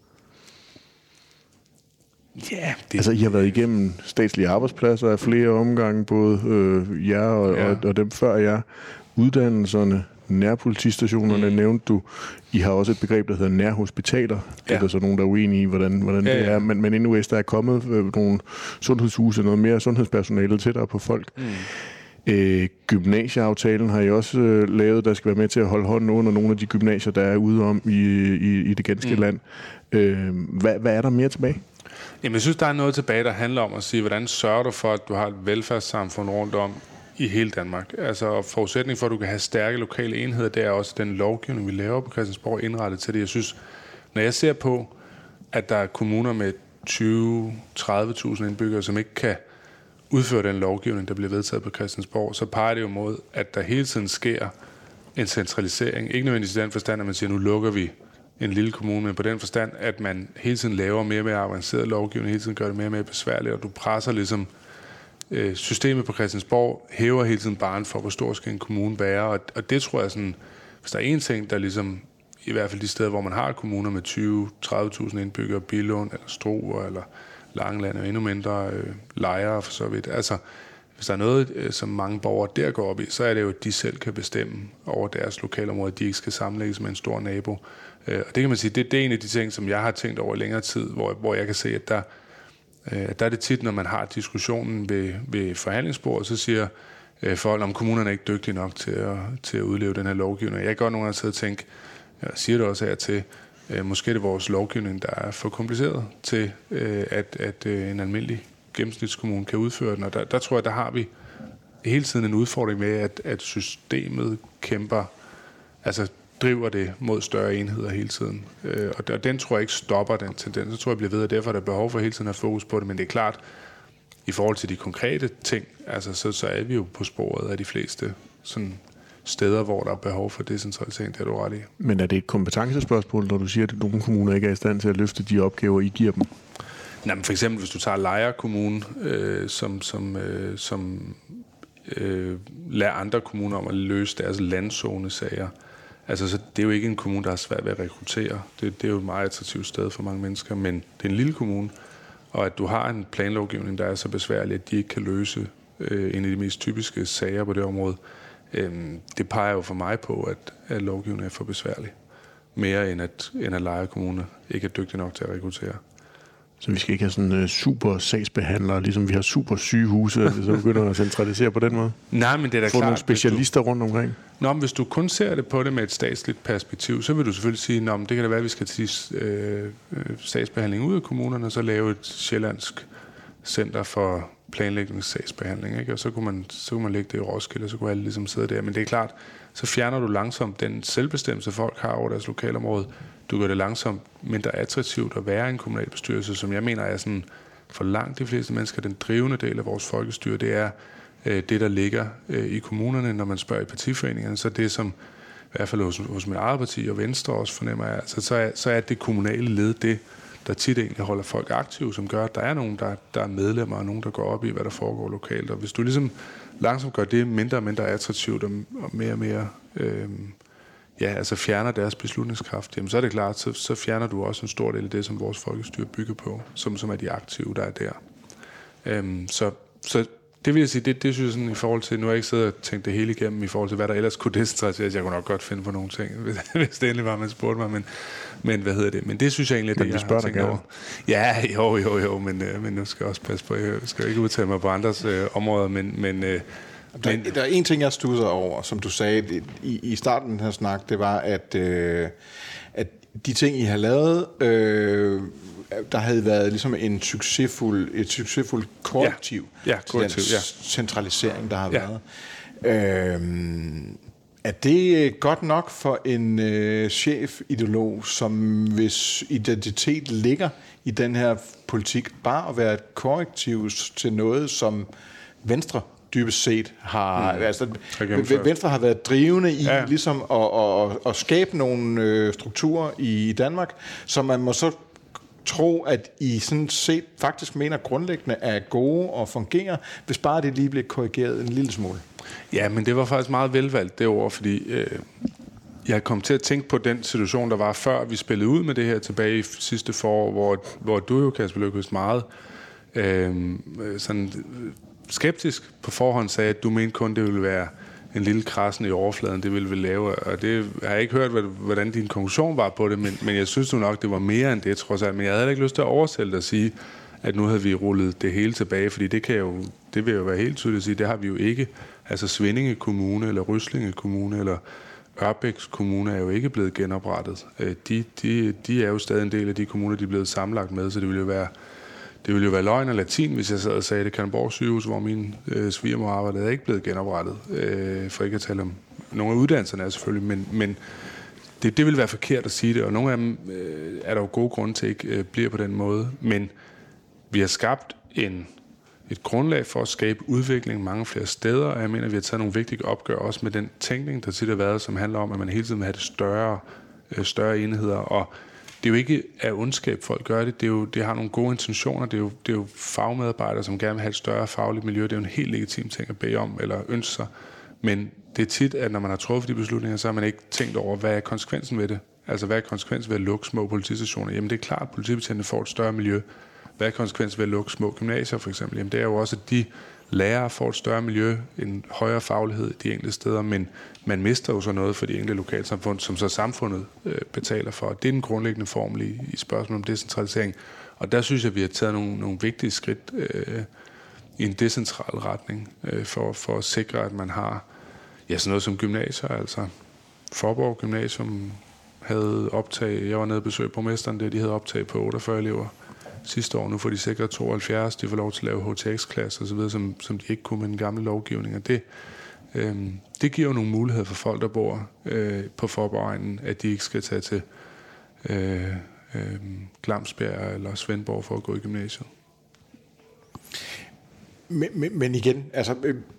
Ja, altså, I har været igennem statslige arbejdspladser af flere omgange, både jer og dem før jer. Uddannelserne, nærpolitistationerne nævnte du. I har også et begreb, der hedder nærhospitaler. Det er der så nogen, der er uenige i, hvordan det er. Men anyways, der er kommet nogle sundhedshuse, noget mere sundhedspersonale tættere på folk. Gymnasieaftalen har I også lavet, der skal være med til at holde hånden under nogle af de gymnasier, der er ude om i det ganske land. Hvad er der mere tilbage? Jamen, jeg synes, der er noget tilbage, der handler om at sige, hvordan sørger du for, at du har et velfærdssamfund rundt om i hele Danmark. Altså, forudsætning for, at du kan have stærke lokale enheder, det er også den lovgivning, vi laver på Christiansborg, indrettet til det. Jeg synes, når jeg ser på, at der er kommuner med 20-30.000 indbyggere, som ikke kan udføre den lovgivning, der bliver vedtaget på Christiansborg, så peger det jo mod, at der hele tiden sker en centralisering. Ikke nødvendigvis i den forstand, at man siger, nu lukker vi en lille kommune, men på den forstand, at man hele tiden laver mere og mere avanceret lovgivning, hele tiden gør det mere og mere besværligt, og du presser ligesom systemet på Christiansborg, hæver hele tiden barren for, hvor stor skal en kommune være, og det tror jeg sådan, hvis der er en ting, der ligesom, i hvert fald de steder, hvor man har kommuner med 20-30.000 indbyggere, Billund eller Struer eller Langeland og endnu mindre Lejre for så vidt, altså hvis der er noget, som mange borgere der går op i, så er det jo, at de selv kan bestemme over deres lokalområde, de ikke skal sammenlægges med en stor nabo. Og det kan man sige, det er en af de ting, som jeg har tænkt over i længere tid, hvor jeg kan se, at der er det tit, når man har diskussionen ved forhandlingsbordet, så siger folk, om kommunerne er ikke dygtige nok til at udleve den her lovgivning. Jeg kan godt nogle gange sidde og tænke, jeg siger det også her til, måske er det vores lovgivning, der er for kompliceret til, at en almindelig gennemsnitskommune kan udføre den. Og der tror jeg, der har vi hele tiden en udfordring med, at systemet kæmper, altså driver det mod større enheder hele tiden. Og den tror jeg ikke stopper den tendens. Så tror jeg bliver ved, og derfor er der behov for hele tiden at have fokus på det. Men det er klart, i forhold til de konkrete ting, altså så er vi jo på sporet af de fleste sådan steder, hvor der er behov for decentralisering. Det er du ret i. Men er det et kompetencespørgsmål, når du siger, at nogle kommuner ikke er i stand til at løfte de opgaver, I giver dem? Nej, men for eksempel, hvis du tager Lejre Kommune, som lader andre kommuner om at løse deres landzonesager. Altså, så det er jo ikke en kommune, der er svært ved at rekruttere. Det er jo et meget attraktivt sted for mange mennesker, men det er en lille kommune, og at du har en planlovgivning, der er så besværlig, at de ikke kan løse en af de mest typiske sager på det område, det peger jo for mig på, at lovgivningen er for besværlig. Mere end at Lejre Kommune ikke er dygtig nok til at rekruttere. Så vi skal ikke have sådan super sagsbehandlere, ligesom vi har super sygehuse, så begynder at centralisere på den måde? Nej, men det er da klart. Få nogle specialister rundt omkring? Nå, men hvis du kun ser det på det med et statsligt perspektiv, så vil du selvfølgelig sige, at det kan da være, at vi skal til sagsbehandling ud af kommunerne, og så lave et sjællandsk center for planlægningssagsbehandling, ikke? Og så kunne man lægge det i Roskilde, og så kunne alle ligesom sidde der. Men det er klart, så fjerner du langsomt den selvbestemmelse, folk har over deres lokalområde. Du gør det langsomt mindre attraktivt at være en kommunalbestyrelse, som jeg mener er sådan, for langt de fleste mennesker, den drivende del af vores folkestyre, det er det, der ligger i kommunerne, når man spørger i partiforeningerne. Så det, som i hvert fald hos mit eget parti og Venstre også fornemmer jeg, altså, så er det kommunale led det, der tit egentlig holder folk aktive, som gør, at der er nogen, der er medlemmer, og nogen, der går op i, hvad der foregår lokalt. Og hvis du ligesom langsomt gør det mindre og mindre attraktivt og mere og mere altså fjerner deres beslutningskraft, jamen så er det klart, så fjerner du også en stor del af det, som vores folkestyre bygger på, som er de aktive, der er der. Så det vil jeg sige, det synes jeg sådan i forhold til, nu har jeg ikke siddet og tænkt det hele igennem, i forhold til, hvad der ellers kunne decentraliseres. Jeg kunne nok godt finde på nogle ting, hvis det endelig var, man spurgte mig, men hvad hedder det? Men det synes jeg egentlig, det jeg har tænkt over. Ja, jo, men nu skal jeg også passe på, jeg skal ikke udtale mig på andres områder, men der er en ting, jeg studser over, som du sagde i starten af den her snak, det var, at de ting, I har lavet, der havde været ligesom et succesfuld korrektiv til den centralisering, der har været. Er det godt nok for en chefideolog, som hvis identitet ligger i den her politik, bare at være et korrektiv til noget, som Venstre dybest set har, Venstre har været drivende i ligesom at skabe nogle strukturer i Danmark, som man må så tro, at I sådan set faktisk mener grundlæggende er gode og fungerer, hvis bare det lige bliver korrigeret en lille smule. Ja, men det var faktisk meget velvalgt det ord, fordi jeg kom til at tænke på den situation, der var før vi spillede ud med det her tilbage i sidste forår, hvor du jo, Kasper Løkkeqvist, meget sådan skeptisk på forhånd sagde, at du mente kun, det ville være en lille krassen i overfladen, det ville vi lave, og det har jeg ikke hørt, hvordan din konklusion var på det, men jeg synes jo nok, det var mere end det, trods alt. Men jeg havde ikke lyst til at oversætte og sige, at nu havde vi rullet det hele tilbage, fordi det vil jo være helt tydeligt at sige, det har vi jo ikke. Altså Svindinge Kommune, eller Ryslinge Kommune, eller Ørbæks Kommune er jo ikke blevet genoprettet. De er jo stadig en del af de kommuner, de er blevet sammenlagt med, så det ville jo være løgn og latin, hvis jeg sad og sagde, det Kalundborg sygehus, hvor min svigermor arbejdede, er ikke blevet genoprettet. For ikke at tale om nogle af uddannelserne er selvfølgelig, men det vil være forkert at sige det, og nogle af dem er der jo gode grunde til ikke bliver på den måde. Men vi har skabt et grundlag for at skabe udvikling mange flere steder, og jeg mener, vi har taget nogle vigtige opgør også med den tænkning, der tit har været, som handler om, at man hele tiden vil have det større enheder, og det er jo ikke af ondskab, folk gør det. Det har nogle gode intentioner. Det er jo fagmedarbejdere, som gerne vil have et større fagligt miljø. Det er jo en helt legitim ting at bede om eller ønske sig. Men det er tit, at når man har truffet de beslutninger, så har man ikke tænkt over, hvad er konsekvensen ved det. Altså, hvad er konsekvensen ved at lukke små politistationer? Jamen, det er klart, at politibetjentene får et større miljø. hvad er konsekvensen ved at lukke små gymnasier for eksempel? Jamen det er jo også, at de lærere får et større miljø, en højere faglighed de enkelte steder, men man mister jo så noget for de enkelte lokalsamfund, som så samfundet betaler for. Det er den grundlæggende formel i spørgsmålet om decentralisering. Og der synes jeg, at vi har taget nogle vigtige skridt i en decentral retning for at sikre, at man har sådan noget som gymnasier. Altså Faaborg Gymnasium havde optag, jeg var nede og besøgte borgmesteren, de havde optag på 48 elever sidste år. Nu får de sikret 72, de får lov til at lave HTX-klasser osv., som de ikke kunne med den gamle lovgivning. Og det giver jo nogle muligheder for folk, der bor på Faaborg-egnen, at de ikke skal tage til Glamsbjerg eller Svendborg for at gå i gymnasiet. Men igen, altså,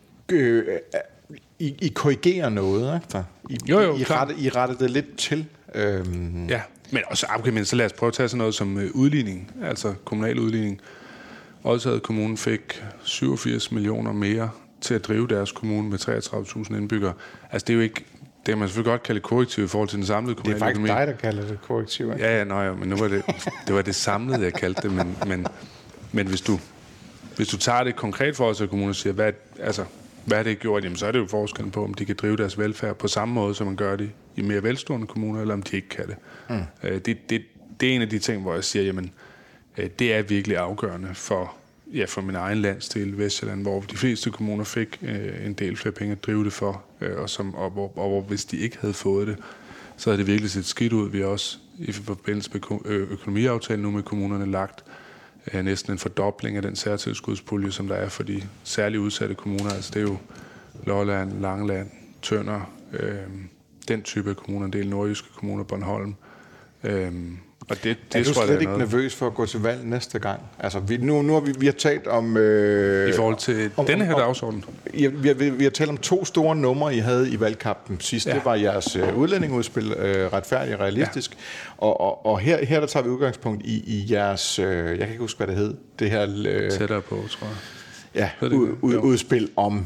I korrigerer noget, ikke? I retter det lidt til. Ja, men også men så lad os prøve at tage sådan noget som udligning, altså kommunal udligning. Odsherred Kommune fik 87 millioner mere til at drive deres kommune med 33.000 indbyggere. Altså det er jo ikke, det kan man selvfølgelig godt kalde korrektiv i forhold til den samlede kommunale økonomi. Det er faktisk dig, der kalder det korrektiv, ikke? Ja, men nu var det var det samlede, jeg kaldte det, men hvis du tager det konkret for os, at kommunen siger, hvad er det gjort, jamen, så er det jo forskellen på, om de kan drive deres velfærd på samme måde, som man gør det i mere velstående kommuner, eller om de ikke kan det. Det er en af de ting, hvor jeg siger, jamen, det er virkelig afgørende for min egen landsdel, Vestjylland, hvor de fleste kommuner fik en del flere penge at drive det for, og hvor hvis de ikke havde fået det, så havde det virkelig set skidt ud. Vi har også i forbindelse med økonomiaftalen nu med kommunerne lagt næsten en fordobling af den særtilskudspulje, som der er for de særligt udsatte kommuner. Altså det er jo Lolland, Langeland, Tønder, den type af kommuner, en del nordjyske kommuner, Bornholm. Og det er du slet ikke nervøs for at gå til valg næste gang? Altså, vi har talt om... I forhold til denne her dagsorden? Vi har talt om 2 store numre, I havde i valgkampen sidst. Ja. Det var jeres udlændingeudspil, retfærdig og realistisk. Ja. Og her der tager vi udgangspunkt i jeres... jeg kan ikke huske, hvad det hed. Det her... Tættere på, tror jeg. Ja, udspil om,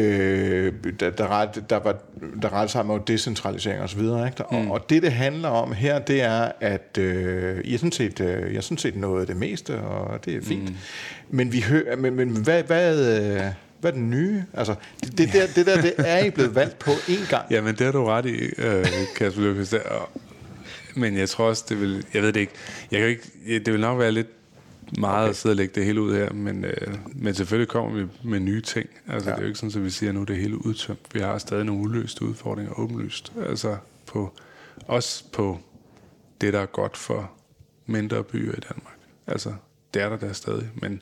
der rettede sig mod decentralisering og så videre, ikke? Og det handler om her, det er, at jeg har sådan set nået det meste, og det er fint. Men vi hører, men hvad er den nye? Altså, det er I blevet valgt på én gang. Jamen, det har du ret i, Kasper Løkvist. Men jeg tror også, jeg ved det ikke. Det vil nok være lidt meget at sidde og lægge det hele ud her, men selvfølgelig kommer vi med nye ting. Altså, det er jo ikke sådan, at vi siger, at nu er det hele udtømt. Vi har stadig nogle uløste udfordringer, åbenlyst. Altså, også på det, der er godt for mindre byer i Danmark. Altså, det er der stadig, men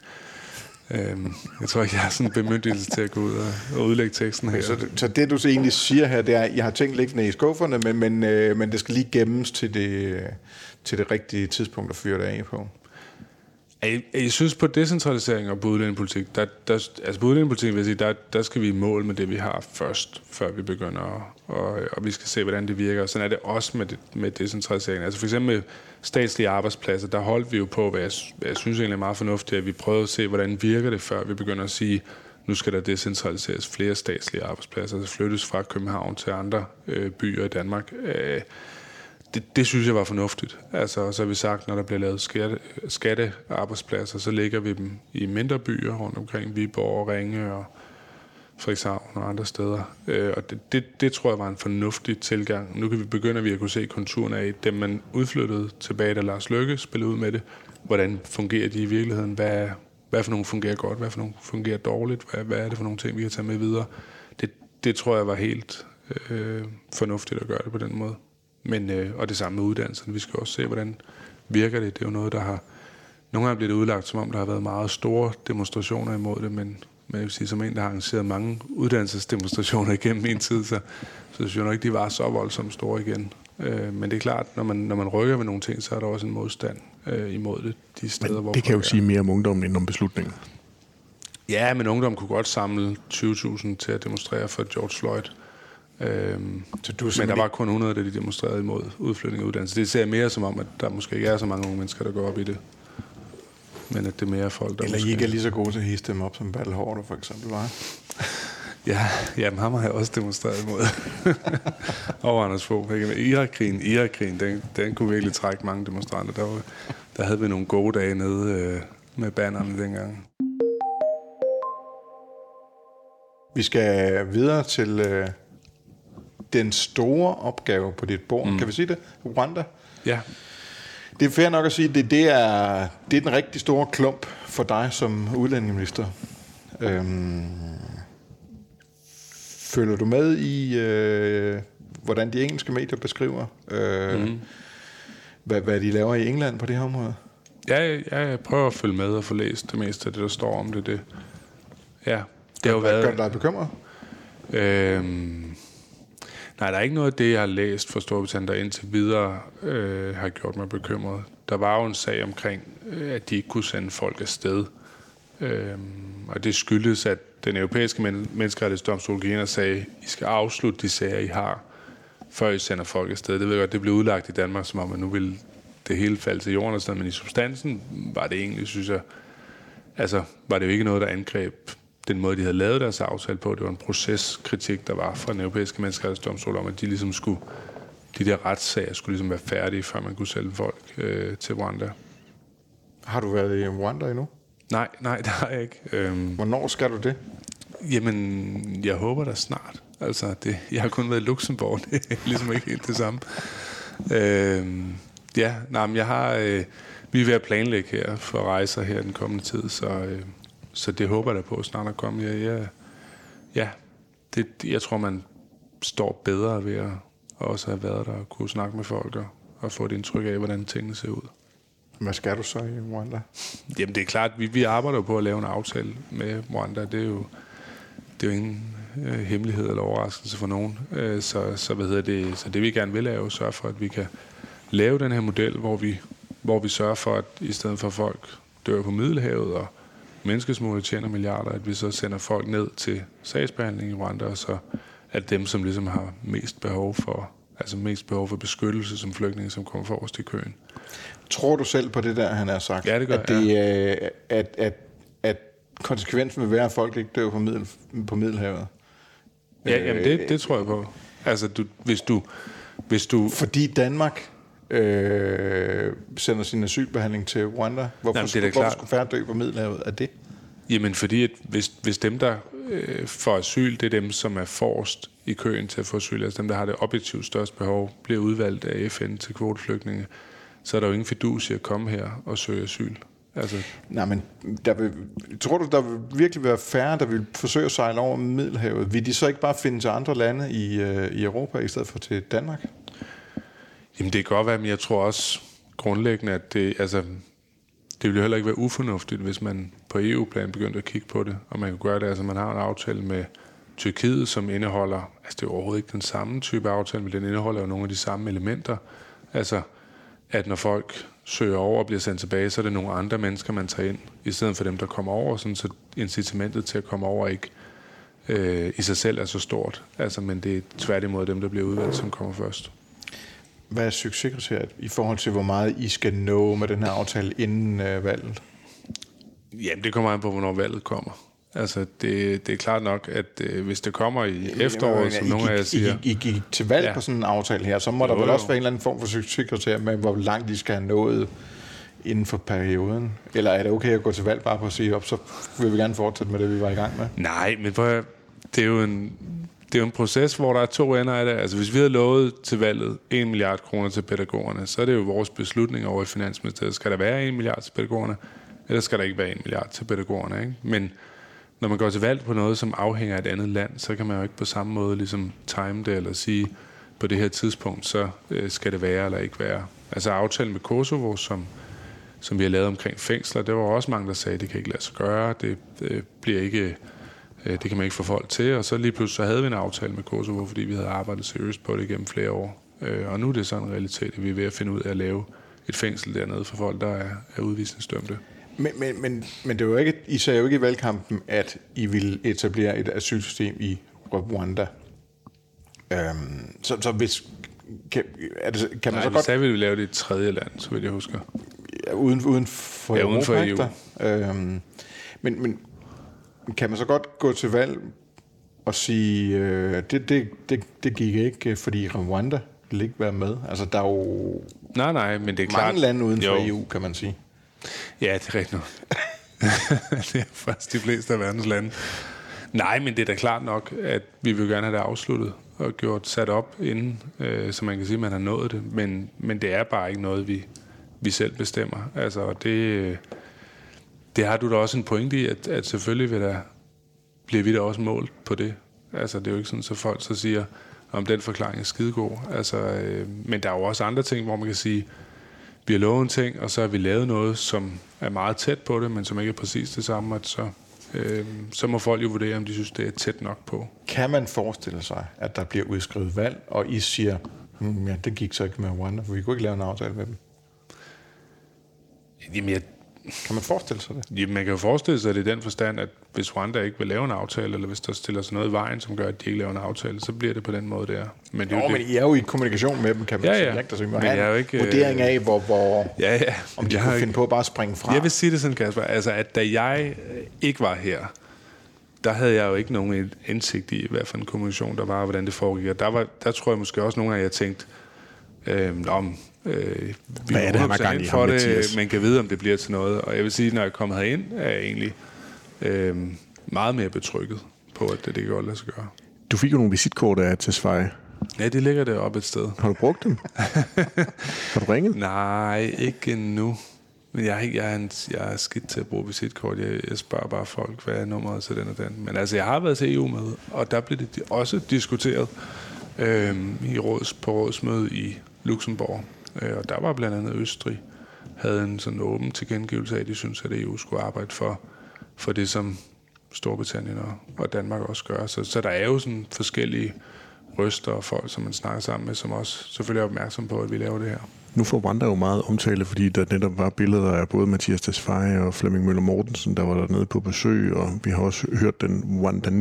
jeg tror ikke, jeg har sådan en bemyndigelse til at gå ud og udlægge teksten her. Så det, du så egentlig siger her, det er, at jeg har tænkt liggende i skufferne, men det skal lige gemmes til det rigtige tidspunkt at fyre det af på. Jeg synes på decentralisering og på udlændingepolitik, altså på udlændingepolitik vil jeg sige, der skal vi i mål med det, vi har først, før vi begynder, og vi skal se, hvordan det virker. Og sådan er det også med decentralisering. Altså for eksempel med statslige arbejdspladser, der holdt vi jo på, hvad jeg synes egentlig er meget fornuftigt, at vi prøvede at se, hvordan virker det, før vi begynder at sige, nu skal der decentraliseres flere statslige arbejdspladser, der flyttes fra København til andre byer i Danmark. Det synes jeg var fornuftigt. Altså, så har vi sagt, når der bliver lavet skattearbejdspladser, så lægger vi dem i mindre byer rundt omkring Viborg, Ringe og Frederikshavn og andre steder. Og det tror jeg var en fornuftig tilgang. Nu kan vi begynde at kunne se konturen af dem, man udflyttede tilbage, da Lars Løkke spillede ud med det. Hvordan fungerer de i virkeligheden? Hvad for nogle fungerer godt? Hvad for nogle fungerer dårligt? Hvad er det for nogle ting, vi kan tage med videre? Det tror jeg var helt fornuftigt at gøre det på den måde. Men, og det samme med uddannelsen. Vi skal også se, hvordan virker det. Det er jo noget, der har... Nogle gange bliver det udlagt, som om der har været meget store demonstrationer imod det, men jeg vil sige, som en, der har arrangeret mange uddannelsesdemonstrationer igennem min tid, så synes jeg nok ikke, de var så voldsomt store igen. Men det er klart, når man rykker med nogle ting, så er der også en modstand imod det de steder, men hvor... Det kan jo sige mere om ungdommen end om beslutningen. Ja, men ungdom kunne godt samle 20.000 til at demonstrere for George Floyd. Men der var kun 100, da de demonstrerede imod udflytning af uddannelse. Det ser jeg mere som om, at der måske ikke er så mange unge mennesker, der går op i det. Men at det er mere folk, der eller måske... I ikke er lige så gode til at hisse dem op, som Bertel Haarder for eksempel var. Ja, men ham har jeg også demonstreret imod. Og Anders Fogh. Irakkrigen, den kunne virkelig trække mange demonstranter. Der havde vi nogle gode dage nede med bannerne dengang. Vi skal videre til den store opgave på dit bord. Kan vi sige det? Rwanda? Ja. Det er fair nok at sige, at det er den rigtig store klump for dig som udlændingeminister. Følger du med i, hvordan de engelske medier beskriver, hvad de laver i England på det her område? Ja, jeg prøver at følge med og få læst det meste af det, der står om det. Ja, det har jo været... Gør det dig bekymret? Nej, der er ikke noget af det, jeg har læst fra Storbritannien, der indtil videre har gjort mig bekymret. Der var jo en sag omkring, at de ikke kunne sende folk afsted. Og det skyldes, at den europæiske menneskerettighedsdomstol gik ind og sagde, I skal afslutte de sager, I har, før I sender folk afsted. Det ved jeg godt, det blev udlagt i Danmark, som om, at nu vil det hele falde til jorden og sådan, men i substansen var det egentlig, synes jeg, altså var det jo ikke noget, der angreb den måde, de havde lavet deres aftale på. Det var en proceskritik, der var fra den europæiske menneskerettighedsdomstol om, at de ligesom skulle, de der retssager skulle ligesom være færdige, før man kunne sælge folk til Rwanda. Har du været i Rwanda endnu? Nej, det har jeg ikke. Hvornår skal du det? Jamen, jeg håber da snart. Altså, jeg har kun været i Luxembourg, det er ligesom ikke helt det samme. Men jeg har... vi er ved at planlægge her for rejser her den kommende tid, så det håber jeg da på snart at komme. Jeg tror, man står bedre ved at også have været der og kunne snakke med folk og få et indtryk af, hvordan tingene ser ud. Hvad skal du så i Rwanda? Jamen, det er klart, vi arbejder jo på at lave en aftale med Rwanda. Det er jo ingen hemmelighed eller overraskelse for nogen. Så det vi gerne vil er jo sørge for, at vi kan lave den her model, hvor vi sørger for, at i stedet for folk dør på Middelhavet og menneskesmugler tjener milliarder, at vi så sender folk ned til sagsbehandling i Rwanda, og så at dem, som ligesom har mest behov for beskyttelse som flygtninge, som kommer forrest i køen. Tror du selv på det der, han har sagt? Ja, det gør at konsekvensen vil være, at folk ikke dør på Middelhavet? Ja, jamen det tror jeg på. Altså, hvis du... Fordi Danmark sender sin asylbehandling til Rwanda. Hvorfor skulle færre dø på Middelhavet af det? Jamen, fordi at hvis dem, der får asyl, det er dem, som er forrest i køen til at få asyl, altså dem, der har det objektivt største behov, bliver udvalgt af FN til kvoteflygtninge, så er der jo ingen fidus i at komme her og søge asyl. Altså. Nej, men tror du, der vil virkelig være færre, der vil forsøge at sejle over Middelhavet? Vil de så ikke bare finde til andre lande i Europa, i stedet for til Danmark? Jamen, det kan godt være, men jeg tror også grundlæggende, at det ville heller ikke være ufornuftigt, hvis man på EU-plan begyndte at kigge på det, og man kan gøre det. Altså, man har en aftale med Tyrkiet, som indeholder, altså det er overhovedet ikke den samme type aftale, men den indeholder jo nogle af de samme elementer. Altså, at når folk søger over og bliver sendt tilbage, så er det nogle andre mennesker, man tager ind, i stedet for dem, der kommer over, sådan, så incitamentet til at komme over ikke i sig selv er så stort. Altså, men det er tværtimod dem, der bliver udvalgt, som kommer først. Hvad er succeskriteriet i forhold til, hvor meget I skal nå med den her aftale inden valget? Jamen, det kommer an på, hvornår valget kommer. Altså, det er klart nok, at hvis det kommer i efteråret, som nogle af jer siger... I gik til valg på sådan en aftale her, så må der vel også være en eller anden form for succeskriteriet med, hvor langt de skal have nået inden for perioden? Eller er det okay at gå til valg bare på at sige op, så vil vi gerne fortsætte med det, vi var i gang med? Nej, men det er jo en proces, hvor der er to ender af det. Altså, hvis vi havde lovet til valget 1 milliard kroner til pædagogerne, så er det jo vores beslutning over i Finansministeriet. Skal der være 1 milliard til pædagogerne, eller skal der ikke være 1 milliard til pædagogerne? Ikke? Men når man går til valg på noget, som afhænger af et andet land, så kan man jo ikke på samme måde ligesom time det, eller sige, på det her tidspunkt, så skal det være eller ikke være. Altså aftalen med Kosovo, som vi har lavet omkring fængsler, det var også mange, der sagde, at det kan ikke lade sig gøre, det bliver ikke... Det kan man ikke få folk til, og så lige pludselig så havde vi en aftale med Kosovo, fordi vi havde arbejdet seriøst på det gennem flere år. Og nu er det sådan en realitet, at vi er ved at finde ud af at lave et fængsel dernede for folk, der er udvisningsdømte. Men det var jo ikke, I sagde jo ikke i valgkampen, at I ville etablere et asylsystem i Rwanda. Så hvis... Kan man så godt... sagde, vi lave det i et tredje land, så vil jeg huske. Ja, uden for Europa, uden for EU. Men kan man så godt gå til valg og sige, det gik ikke, fordi Rwanda ville ikke være med? Altså, der er jo nej, men det er mange lande uden for EU, kan man sige. Ja, det er rigtigt nok. Det er faktisk de fleste af verdens lande. Nej, men det er da klart nok, at vi vil gerne have det afsluttet og gjort sat op inden, så man kan sige, at man har nået det. Men det er bare ikke noget, vi selv bestemmer. Altså, det har du da også en pointe i, at selvfølgelig bliver vi da også målt på det. Altså, det er jo ikke sådan, så folk så siger, om den forklaring er skidegod. Altså, men der er jo også andre ting, hvor man kan sige, vi har lovet en ting, og så har vi lavet noget, som er meget tæt på det, men som ikke er præcis det samme, at så må folk jo vurdere, om de synes, det er tæt nok på. Kan man forestille sig, at der bliver udskrevet valg, og I siger, ja, det gik så ikke med Rwanda, for vi kunne ikke lave en aftale med dem? Jamen, kan man forestille sig det? Jamen, man kan jo forestille sig det i den forstand, at hvis Rwanda ikke vil lave en aftale, eller hvis der stiller sig noget i vejen, som gør, at de ikke laver en aftale, så bliver det på den måde der. Men det men I er jo i kommunikation med dem, kan man sige. Der men jeg er jo ikke vurdering af, om de kunne finde på at bare springe fra. Jeg vil sige det sådan, Kasper, altså, at da jeg ikke var her, der havde jeg jo ikke nogen indsigt i, hvad for en kommunikation der var, og hvordan det foregik. Og der tror jeg måske også nogle gange, jeg tænkte, vi er 100% for det, man kan vide, om det bliver til noget. Og jeg vil sige, når jeg er kommet herind, er jeg egentlig meget mere betrykket på, at det kan godt lade sig gøre. Du fik jo nogle visitkort af Tesfaye. Ja, det ligger deroppe et sted. Har du brugt dem? Har du ringet? Nej, ikke endnu. Men jeg er skidt til at bruge visitkort. Jeg spørger bare folk, hvad er nummeret til den og den. Men altså, jeg har været til EU-møde, og der blev det også diskuteret på rådsmøde i Luxembourg. Og der var blandt andet Østrig, havde en sådan åben tilkendegivelse af, at de synes, at EU skulle arbejde for det, som Storbritannien og Danmark også gør. Så der er jo sådan forskellige røster og folk, som man snakker sammen med, som også selvfølgelig er opmærksom på, at vi laver det her. Nu får Rwanda jo meget omtale, fordi der netop var billeder af både Mathias Tesfaye og Flemming Møller Mortensen, der var dernede på besøg, og vi har også hørt de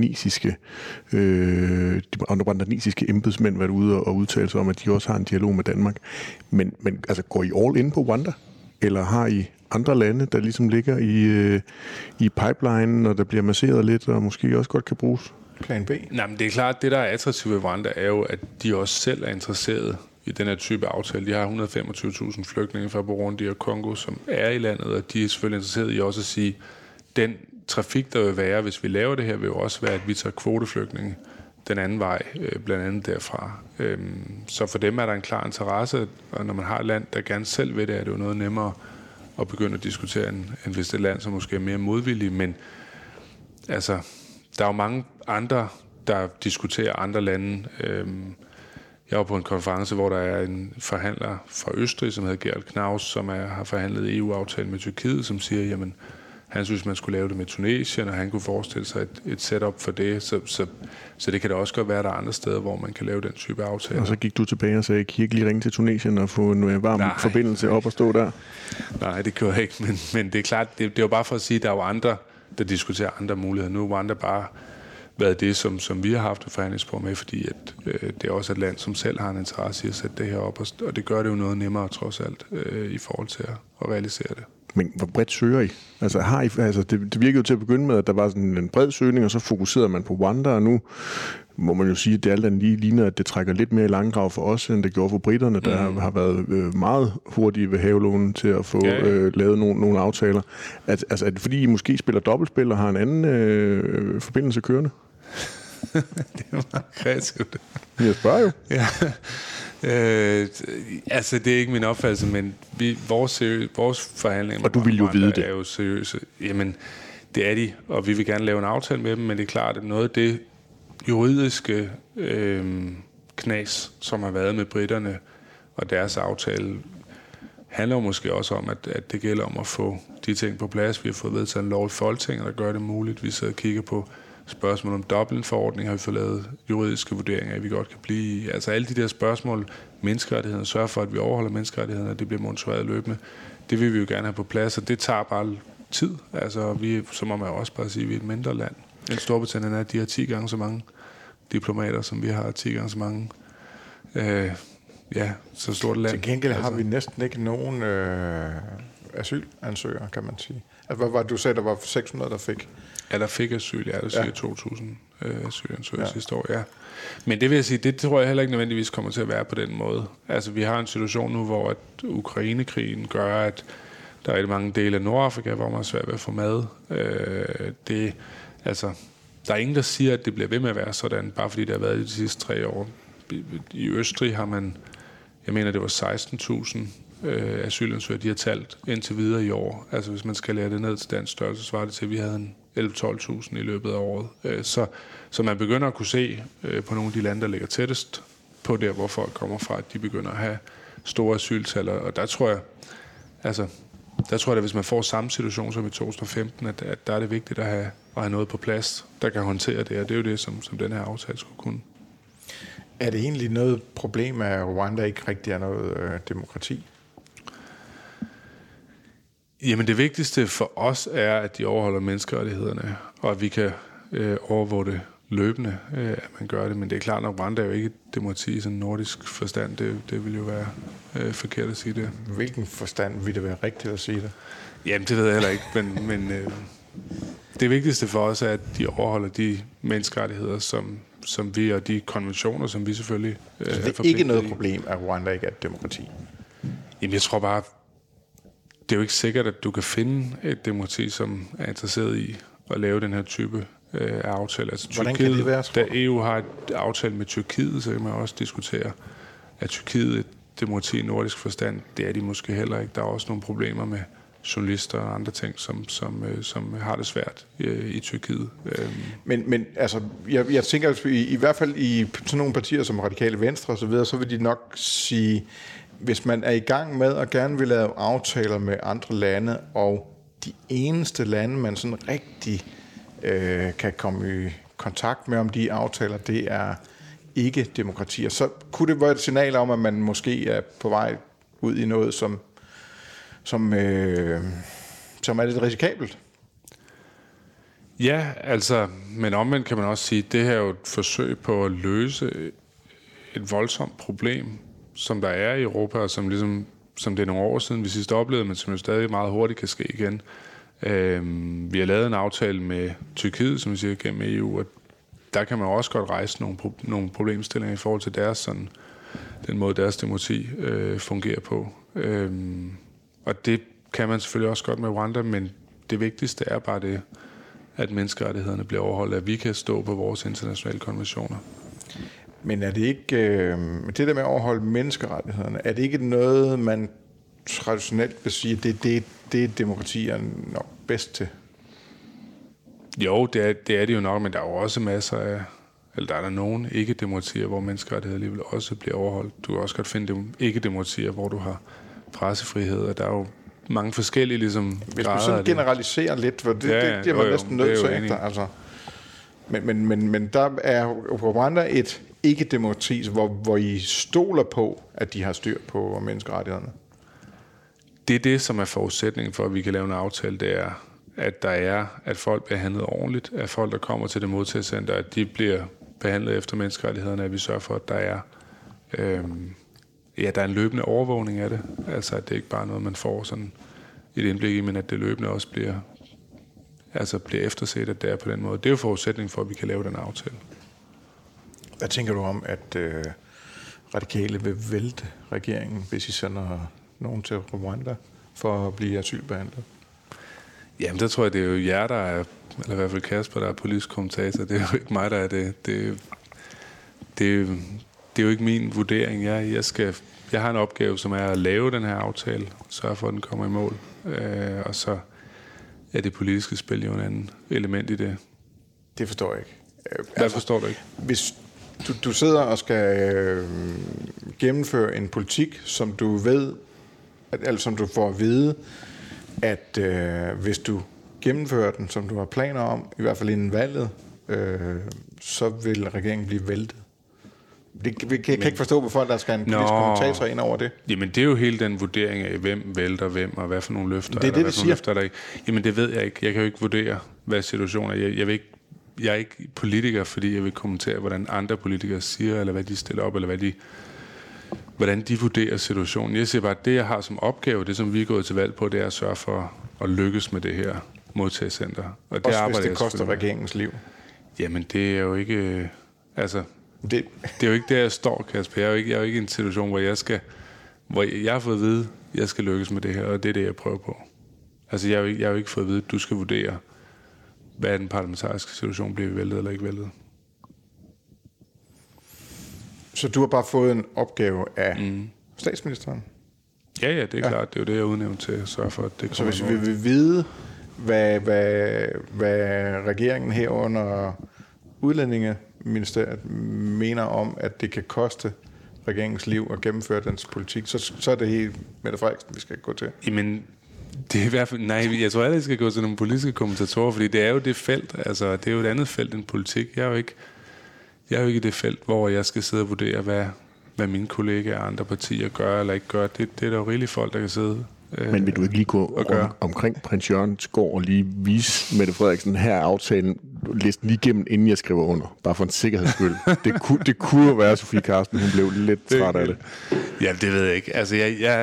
rwandanesiske embedsmænd være ude og udtale sig om, at de også har en dialog med Danmark. Men altså, går I all in på Rwanda? Eller har I andre lande, der ligesom ligger i pipelinen, og der bliver masseret lidt, og måske også godt kan bruges? Plan B? Nej, men det er klart, det der er attraktivt ved Rwanda, er jo, at de også selv er interesseret i den her type aftale. De har 125.000 flygtninge fra Burundi og Kongo, som er i landet, og de er selvfølgelig interesseret i også at sige, den trafik, der vil være, hvis vi laver det her, vil jo også være, at vi tager kvoteflygtninge den anden vej, blandt andet derfra. Så for dem er der en klar interesse, og når man har et land, der gerne selv ved det, er det jo noget nemmere at begynde at diskutere, end hvis det er et land, som måske er mere modvillige. Men altså, der er jo mange andre, der diskuterer andre lande. Jeg var på en konference, hvor der er en forhandler fra Østrig, som hedder Gerald Knaus, som har forhandlet EU-aftale med Tyrkiet, som siger, jamen, han synes, man skulle lave det med Tunesien, og han kunne forestille sig et setup for det. Så det kan da også godt være, at der er andre steder, hvor man kan lave den type aftale. Og så gik du tilbage og sagde, kan I ikke lige ringe til Tunesien og få en varm forbindelse op og stå der? Nej, det gjorde jeg ikke, men det er klart, det er jo bare for at sige, at der er jo andre, der diskuterer andre muligheder. Nu er Rwanda bare været det, som vi har haft et forhandlingsspor med, fordi at, det er også et land, som selv har en interesse i at sætte det her op, og det gør det jo noget nemmere trods alt i forhold til at realisere det. Men hvor bredt søger I? Altså, det virkede jo til at begynde med, at der var sådan en bred søgning, og så fokuserede man på Rwanda, og nu må man jo sige, at det alt andet lige ligner, at det trækker lidt mere i langdrag for os, end det gjorde for britterne, der har været meget hurtige ved havelånen til at få lavet nogle aftaler. Altså, er det fordi, I måske spiller dobbeltspil og har en anden forbindelse kørende? Det er meget kreativt. Jeg spørger jo. Ja. Altså, det er ikke min opfattelse, men vores forhandlinger og du vil jo vide det. Er jo seriøse. Jamen, det er de, og vi vil gerne lave en aftale med dem, men det er klart, at noget af det juridiske knas, som har været med britterne og deres aftale, handler jo måske også om, at det gælder om at få de ting på plads. Vi har fået vedtaget en lov i Folketinget, der gør det muligt. Vi sidder og kigger på spørgsmål om Dublin-forordning, har vi fået lavet juridiske vurderinger af, vi godt kan blive i. Altså alle de der spørgsmål, menneskerettigheder, sørge for, at vi overholder menneskerettighederne, og det bliver monitoreret løbende. Det vil vi jo gerne have på plads, og det tager bare tid. Altså så må man jo også bare sige, at vi er et mindre land. En Storbritannien er, de har 10 gange så mange diplomater, som vi har 10 gange så mange. Så stort land. Til gengæld har vi næsten ikke nogen asylansøgere, kan man sige. Altså, hvad var du sagde, der var 600, der fik? Ja, der fik asyl, der siger 2.000 asylansøgere sidste år, ja. Men det vil jeg sige, det tror jeg heller ikke nødvendigvis kommer til at være på den måde. Altså, vi har en situation nu, hvor at Ukrainekrigen gør, at Der er rigtig mange dele af Nordafrika, hvor man er svært ved at få mad. Der er ingen, der siger, at det bliver ved med at være sådan, bare fordi det har været de sidste 3 år. I Østrig har man, jeg mener, det var 16.000 asylansøgere, de har talt indtil videre i år. Altså hvis man skal lære det ned til dansk størrelse, så var det til, at vi havde en 11-12.000 i løbet af året. Så man begynder at kunne se på nogle af de lande, der ligger tættest på der, hvor folk kommer fra, at de begynder at have store asyltal. Og der tror jeg, at hvis man får samme situation som i 2015, at der er det vigtigt at have noget på plads, der kan håndtere det, og det er jo det, som den her aftale skulle kunne. Er det egentlig noget problem, at Rwanda ikke rigtig er noget demokrati? Jamen det vigtigste for os er, at de overholder menneskerettighederne, og at vi kan overvåge det løbende, at man gør det. Men det er klart, at Rwanda er jo ikke et demokrati i sådan en nordisk forstand. Det vil jo være forkert at sige det. Hvilken forstand vil det være rigtigt at sige det? Jamen det ved jeg heller ikke, men det vigtigste for os er, at de overholder de menneskerettigheder, som vi, og de konventioner, som vi selvfølgelig er forpligtet. Det er ikke noget problem, at Rwanda ikke er et demokrati? Jamen jeg tror bare, det er jo ikke sikkert, at du kan finde et demokrati, som er interesseret i at lave den her type af aftale. Altså Hvordan Tyrkiet, kan det være? Da EU har et aftale med Tyrkiet, så kan man også diskutere, at Tyrkiet er et demokrati i nordisk forstand. Det er de måske heller ikke. Der er også nogle problemer med journalister og andre ting, som har det svært i Tyrkiet. Men altså, jeg tænker, at i hvert fald i sådan nogle partier som Radikale Venstre og så videre, så vil de nok sige, hvis man er i gang med at gerne vil lave aftaler med andre lande, og de eneste lande, man sådan rigtig kan komme i kontakt med om de aftaler, det er ikke demokratier, så kunne det være et signal om, at man måske er på vej ud i noget, som er lidt risikabelt. Ja, altså, men omvendt kan man også sige, at det her er jo et forsøg på at løse et voldsomt problem, som der er i Europa, og som det er nogle år siden, vi sidst oplevede, men som jo stadig meget hurtigt kan ske igen. Vi har lavet en aftale med Tyrkiet, som vi siger, gennem EU, og der kan man også godt rejse nogle problemstillinger i forhold til den måde, deres demokrati fungerer på. Og det kan man selvfølgelig også godt med Rwanda, men det vigtigste er bare det, at menneskerettighederne bliver overholdt, at vi kan stå på vores internationale konventioner. Men er det ikke, det der med at overholde menneskerettighederne, er det ikke noget, man traditionelt vil sige, det demokrati er nok bedst til? Jo, det er det jo nok, men der er jo også masser af, eller der er der nogen ikke-demokratier, hvor menneskerettigheder alligevel også bliver overholdt. Du kan også godt finde ikke-demokratier, hvor du har pressefrihed, og der er jo mange forskellige ligesom hvis du sådan generaliserer lidt, for det er man næsten nødt til efter. Altså. Men der er Rwanda et ikke-demokrati, hvor I stoler på, at de har styr på menneskerettighederne. Det er det, som er forudsætningen for, at vi kan lave en aftale, det er, at folk bliver behandlet ordentligt, at folk, der kommer til det modtagelsescenter, at de bliver behandlet efter menneskerettighederne, at vi sørger for, at der er en løbende overvågning af det. Altså, at det ikke bare er noget, man får sådan et indblik i, men at det løbende også bliver efterset, at det er på den måde. Det er jo forudsætningen for, at vi kan lave den aftale. Hvad tænker du om, at Radikale vil vælte regeringen, hvis I sender nogen til Rwanda for at blive asylbehandlet? Jamen, der tror jeg, det er jo jer, der er, eller i hvert fald Kasper, der er politisk kommentator. Det er jo ikke mig, der er det. Det er jo ikke min vurdering. Jeg har en opgave, som er at lave den her aftale, sørge for, at den kommer i mål. Og så er det politiske spil jo en anden element i det. Det forstår jeg ikke. Hvad forstår du ikke? Hvis du sidder og skal gennemføre en politik, som du ved, eller som du får at vide, at hvis du gennemfører den, som du har planer om, i hvert fald inden valget, så vil regeringen blive væltet. Jeg kan ikke forstå, hvorfor der skal en politisk kommentator ind over det. Jamen, det er jo hele den vurdering af, hvem vælter hvem, og hvad for nogle løfter. Det er det, de siger. Der ikke. Jamen, det ved jeg ikke. Jeg kan jo ikke vurdere, hvad situationen er. Jeg er ikke politiker, fordi jeg vil kommentere, hvordan andre politikere siger, eller hvad de stiller op, eller hvordan de vurderer situationen. Jeg siger bare, at det, jeg har som opgave, det som vi er gået til valg på, det er at sørge for at lykkes med det her modtagscenter. Og det også hvis det koster regeringens liv. Jamen, det er jo ikke... Det er jo ikke der, jeg står, Kasper. Jeg er jo ikke i en situation, hvor jeg har fået at vide, at jeg skal lykkes med det her, og det er det, jeg prøver på. Altså, jeg har jo ikke fået at vide, at du skal vurdere, hvad den parlamentariske situation bliver væltet eller ikke væltet. Så du har bare fået en opgave af statsministeren? Ja, det er klart. Det er jo det, jeg er udnævnt til at sørge for, at det kommer. Så hvis vi vil vide, hvad regeringen herunder Udlændingeministeriet mener om, at det kan koste regeringens liv at gennemføre dens politik, så er det helt Mette Frederiksen, vi skal gå til. Jamen, det er i hvert fald... Nej, jeg tror aldrig, det skal gå til nogle politiske kommentatorer, fordi det er jo det felt. Altså, det er jo et andet felt end politik. Jeg er jo ikke i det felt, hvor jeg skal sidde og vurdere, hvad mine kollegaer og andre partier gør eller ikke gør. Det er der jo rigeligt folk, der kan sidde. Men vil du ikke lige gå omkring Prins Jørgens gård og lige vise Mette Frederiksen her aftalen, læse den lige igennem, inden jeg skriver under, bare for en sikkerheds skyld. Det kunne jo være, Sofie Carsten, hun blev lidt træt af det. Ja, det ved jeg ikke. Altså,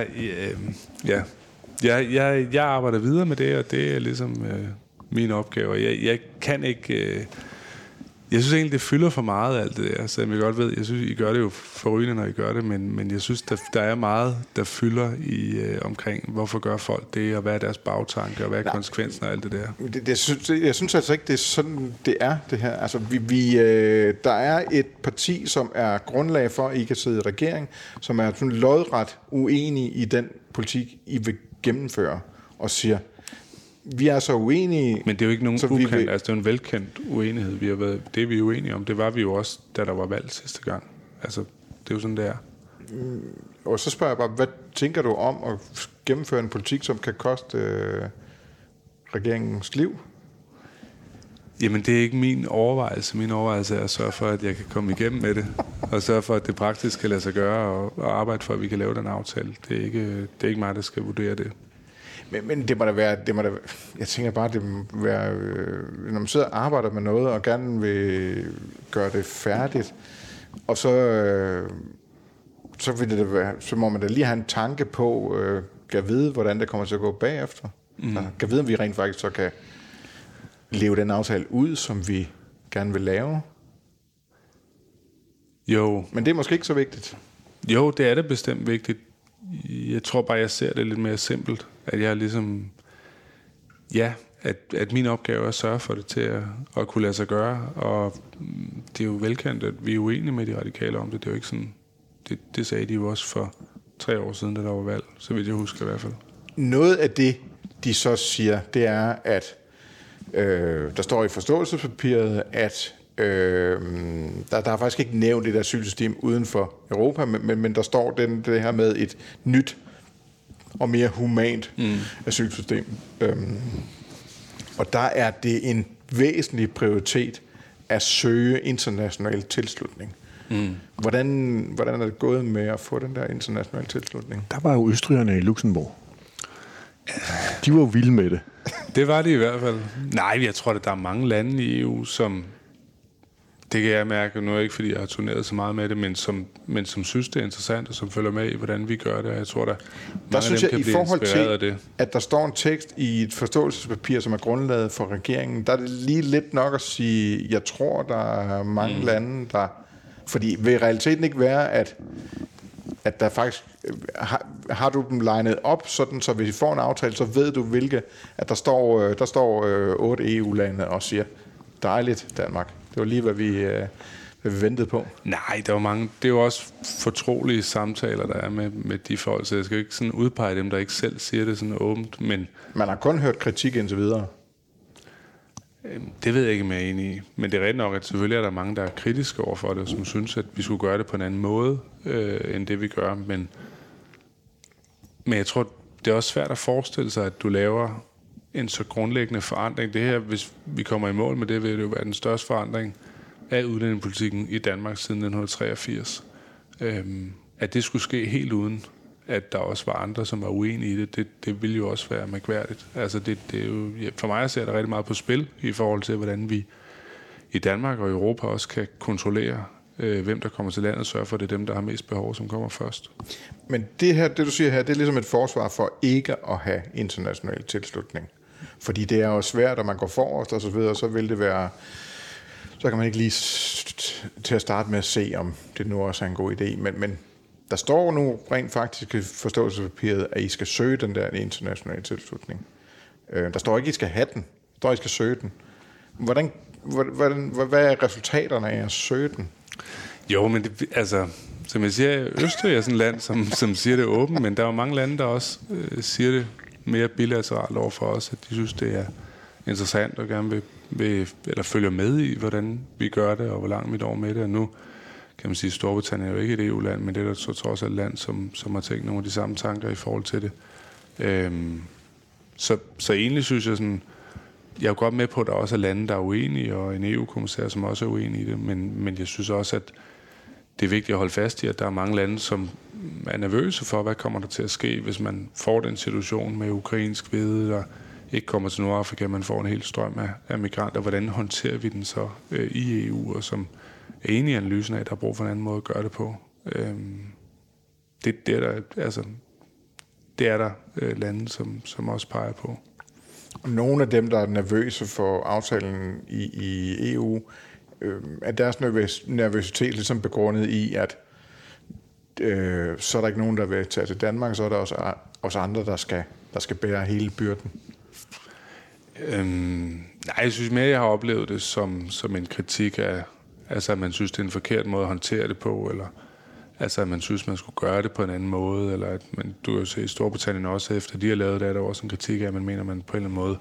jeg arbejder videre med det, og det er ligesom min opgave. Jeg kan ikke... Jeg synes egentlig, det fylder for meget alt det der, så jeg godt ved, jeg synes, I gør det jo forrygende, når I gør det, men jeg synes, der er meget, der fylder omkring, hvorfor gør folk det, og hvad er deres bagtanke, og hvad er konsekvensen af alt det der. Jeg synes altså ikke, det er sådan, det er, det her. Altså, der er et parti, som er grundlag for, at I kan sidde i regering, som er sådan lodret uenige i den politik, I vil gennemføre, og siger... Vi er så uenige... Men det er jo ikke nogen ukendt, altså det er en velkendt uenighed. Det er vi uenige om. Det var vi jo også, da der var valg sidste gang. Altså, det er jo sådan, det er. Og så spørger jeg bare, hvad tænker du om at gennemføre en politik, som kan koste regeringens liv? Jamen, det er ikke min overvejelse. Min overvejelse er at sørge for, at jeg kan komme igennem med det. Og sørge for, at det praktisk kan lade sig gøre, og arbejde for, at vi kan lave den aftale. Det er ikke mig, der skal vurdere det. Men det må da være, jeg tænker bare, det må være, når man sidder og arbejder med noget, og gerne vil gøre det færdigt, og så vil det være, så må man da lige have en tanke på, kan vide, hvordan det kommer til at gå bagefter. Kan vide, om vi rent faktisk så kan leve den aftale ud, som vi gerne vil lave. Jo. Men det er måske ikke så vigtigt. Jo, det er det bestemt vigtigt. Jeg tror bare, jeg ser det lidt mere simpelt. At jeg ligesom... Ja, at min opgave er at sørge for det til at kunne lade sig gøre. Og det er jo velkendt, at vi er uenige med de radikale om det. Det er jo ikke sådan... Det sagde de jo også for 3 år siden, da der var valg. Så vidt jeg husker i hvert fald. Noget af det, de så siger, det er, at der står i forståelsespapiret, at der er faktisk ikke nævnt et asylsystem uden for Europa, men der står det her med et nyt og mere humant asylsystem. Og der er det en væsentlig prioritet at søge international tilslutning. Hvordan er det gået med at få den der internationale tilslutning? Der var jo østrigerne i Luxembourg. De var jo vilde med det. Det var det i hvert fald. Nej, jeg tror, at der er mange lande i EU, som... Det kan jeg mærke, nu er ikke, fordi jeg har turneret så meget med det, men som synes, det er interessant, og som følger med i, hvordan vi gør det. Og jeg tror, der synes jeg, i forhold til, at der står en tekst i et forståelsespapir, som er grundlaget for regeringen, der er det lige lidt nok at sige, jeg tror, der er mange lande, der... Fordi vil realiteten ikke være, at der faktisk... Har du dem legnet op, sådan, så hvis vi får en aftale, så ved du, hvilke... At der står 8 EU-lande og siger, dejligt Danmark. Det var lige, hvad vi ventede på. Nej, der var mange. Det er jo også fortrolige samtaler, der er med de folk, så jeg skal ikke sådan udpege dem, der ikke selv siger det sådan åbent, men... Man har kun hørt kritik indtil videre. Det ved jeg ikke, om jeg er enig i. Men det er rigtigt nok, at selvfølgelig er der mange, der er kritiske over for det, som synes, at vi skulle gøre det på en anden måde, end det vi gør. Men jeg tror, det er også svært at forestille sig, at du laver en så grundlæggende forandring. Det her, hvis vi kommer i mål med det, vil det jo være den største forandring af udlændingepolitikken i Danmark siden 1983. At det skulle ske helt uden, at der også var andre, som var uenige i det ville jo også være mærkværdigt. Altså det er jo, for mig ser der rigtig meget på spil i forhold til, hvordan vi i Danmark og Europa også kan kontrollere, hvem der kommer til landet, og sørge for, at det er dem, der har mest behov, som kommer først. Men det du siger her, det er ligesom et forsvar for ikke at have international tilslutning. Fordi det er jo svært, at man går forrest og så videre, så vil det være... Så kan man ikke lige til at starte med at se, om det nu også er en god idé. Men der står nu rent faktisk i forståelsespapiret, at I skal søge den der internationale tilslutning. Der står ikke, I skal have den. Der står, I skal søge den. Hvad er resultaterne af at søge den? Jo, men det, altså, som jeg siger, Østrig er sådan et land, som siger det åbent, men der er jo mange lande, der også siger det mere bilateralt over for os, at de synes, det er interessant og gerne vil eller følger med i, hvordan vi gør det, og hvor langt vi når med det. Og nu kan man sige, at Storbritannien er jo ikke et EU-land, men det er da trods alt et land, som har tænkt nogle af de samme tanker i forhold til det. Så egentlig synes jeg sådan, jeg er jo godt med på, at der også er lande, der er uenige, og en EU-kommissær, som også er uenig i det, men jeg synes også, at det er vigtigt at holde fast i, at der er mange lande, som er nervøse for, hvad kommer der til at ske, hvis man får den situation med ukrainsk hvede, der ikke kommer til Nordafrika, man får en hel strøm af migranter. Hvordan håndterer vi den så i EU, og som er enige i analysen af, at der er brug for en anden måde at gøre det på. Det er der lande, som også peger på. Nogle af dem, der er nervøse for aftalen i EU, er deres nervøsitet ligesom begrundet i, at så er der ikke nogen, der vil tage til Danmark, så er der også andre, der skal bære hele byrden. Nej, jeg synes mere, jeg har oplevet det som en kritik af, altså at man synes, det er en forkert måde at håndtere det på, eller altså at man synes, man skulle gøre det på en anden måde, eller at man, du kan jo se i Storbritannien også, efter de har lavet det, er der også en kritik af, at man mener, man på en eller anden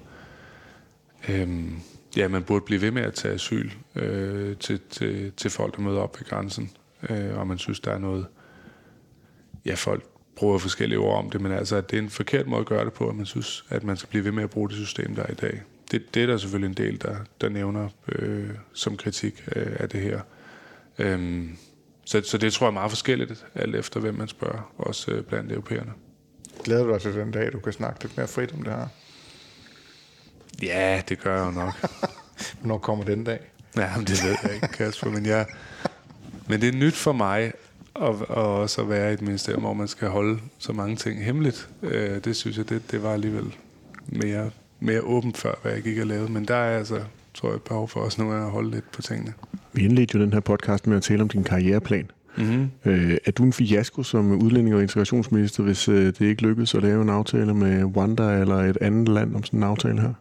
måde, man burde blive ved med at tage asyl til folk, der møder op ved grænsen, og man synes, der er noget, folk bruger forskellige ord om det, men altså, at det er en forkert måde at gøre det på, at man synes, at man skal blive ved med at bruge det system, der er i dag. Det er der selvfølgelig en del, der nævner som kritik af det her. Så det tror jeg er meget forskelligt, alt efter hvem man spørger, også blandt europæerne. Glæder du dig til den dag, du kan snakke lidt mere frit om det her? Ja, det gør jeg jo nok. Hvornår kommer den dag? Ja, men det ved jeg ikke, Kasper, men det er nyt for mig, og også at være i et ministerium, hvor man skal holde så mange ting hemmeligt. Det synes jeg, det var alligevel mere åbent før, hvad jeg gik og lavede. Men der er altså, tror jeg, et behov for os nu at holde lidt på tingene. Vi indledte jo den her podcast med at tale om din karriereplan. Mm-hmm. Er du en fiasko som udlænding- og integrationsminister, hvis det ikke lykkedes at lave en aftale med Rwanda eller et andet land om sådan en aftale her?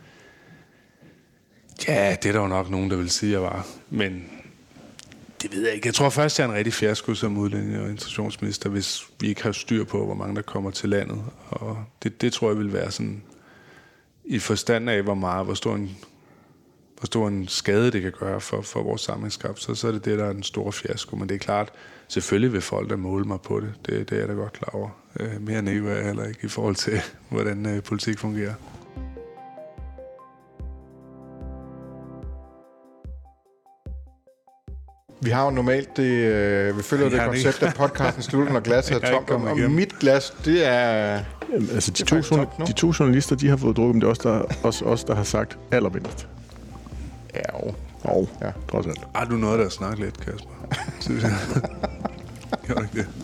Ja, det er der jo nok nogen, der vil sige, jeg var. Men det ved jeg ikke. Jeg tror først, jeg er en rigtig fiasko som udlænding- og integrationsminister, hvis vi ikke har styr på, hvor mange der kommer til landet. Og det tror jeg vil være sådan i forstand af, hvor stor en skade det kan gøre for vores sammenhængskraft. Så er det der er en stor fiasko. Men det er klart, selvfølgelig vil folk der måle mig på det. Det er jeg da godt klar over. Mere naiv er jeg heller ikke i forhold til, hvordan politik fungerer. Vi har jo normalt det, vi følger det koncept, at podcasten slutter, når glasset er tomt. Og mit glas, det er... Altså, de to journalister, de har fået drukket, men det er også os, der har sagt allermindst. Ja, trods alt. Har du noget, der snakke lidt, Kasper? Synes jeg. Gør ikke det?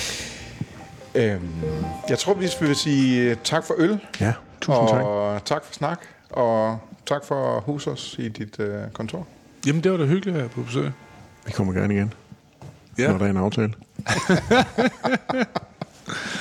Jeg tror, vi vil sige tak for øl. Ja, tusind tak. Og tak for snak. Og tak for at huse os i dit kontor. Jamen, det var da hyggeligt at være på besøg. Vi kommer gerne igen, når der er en aftale.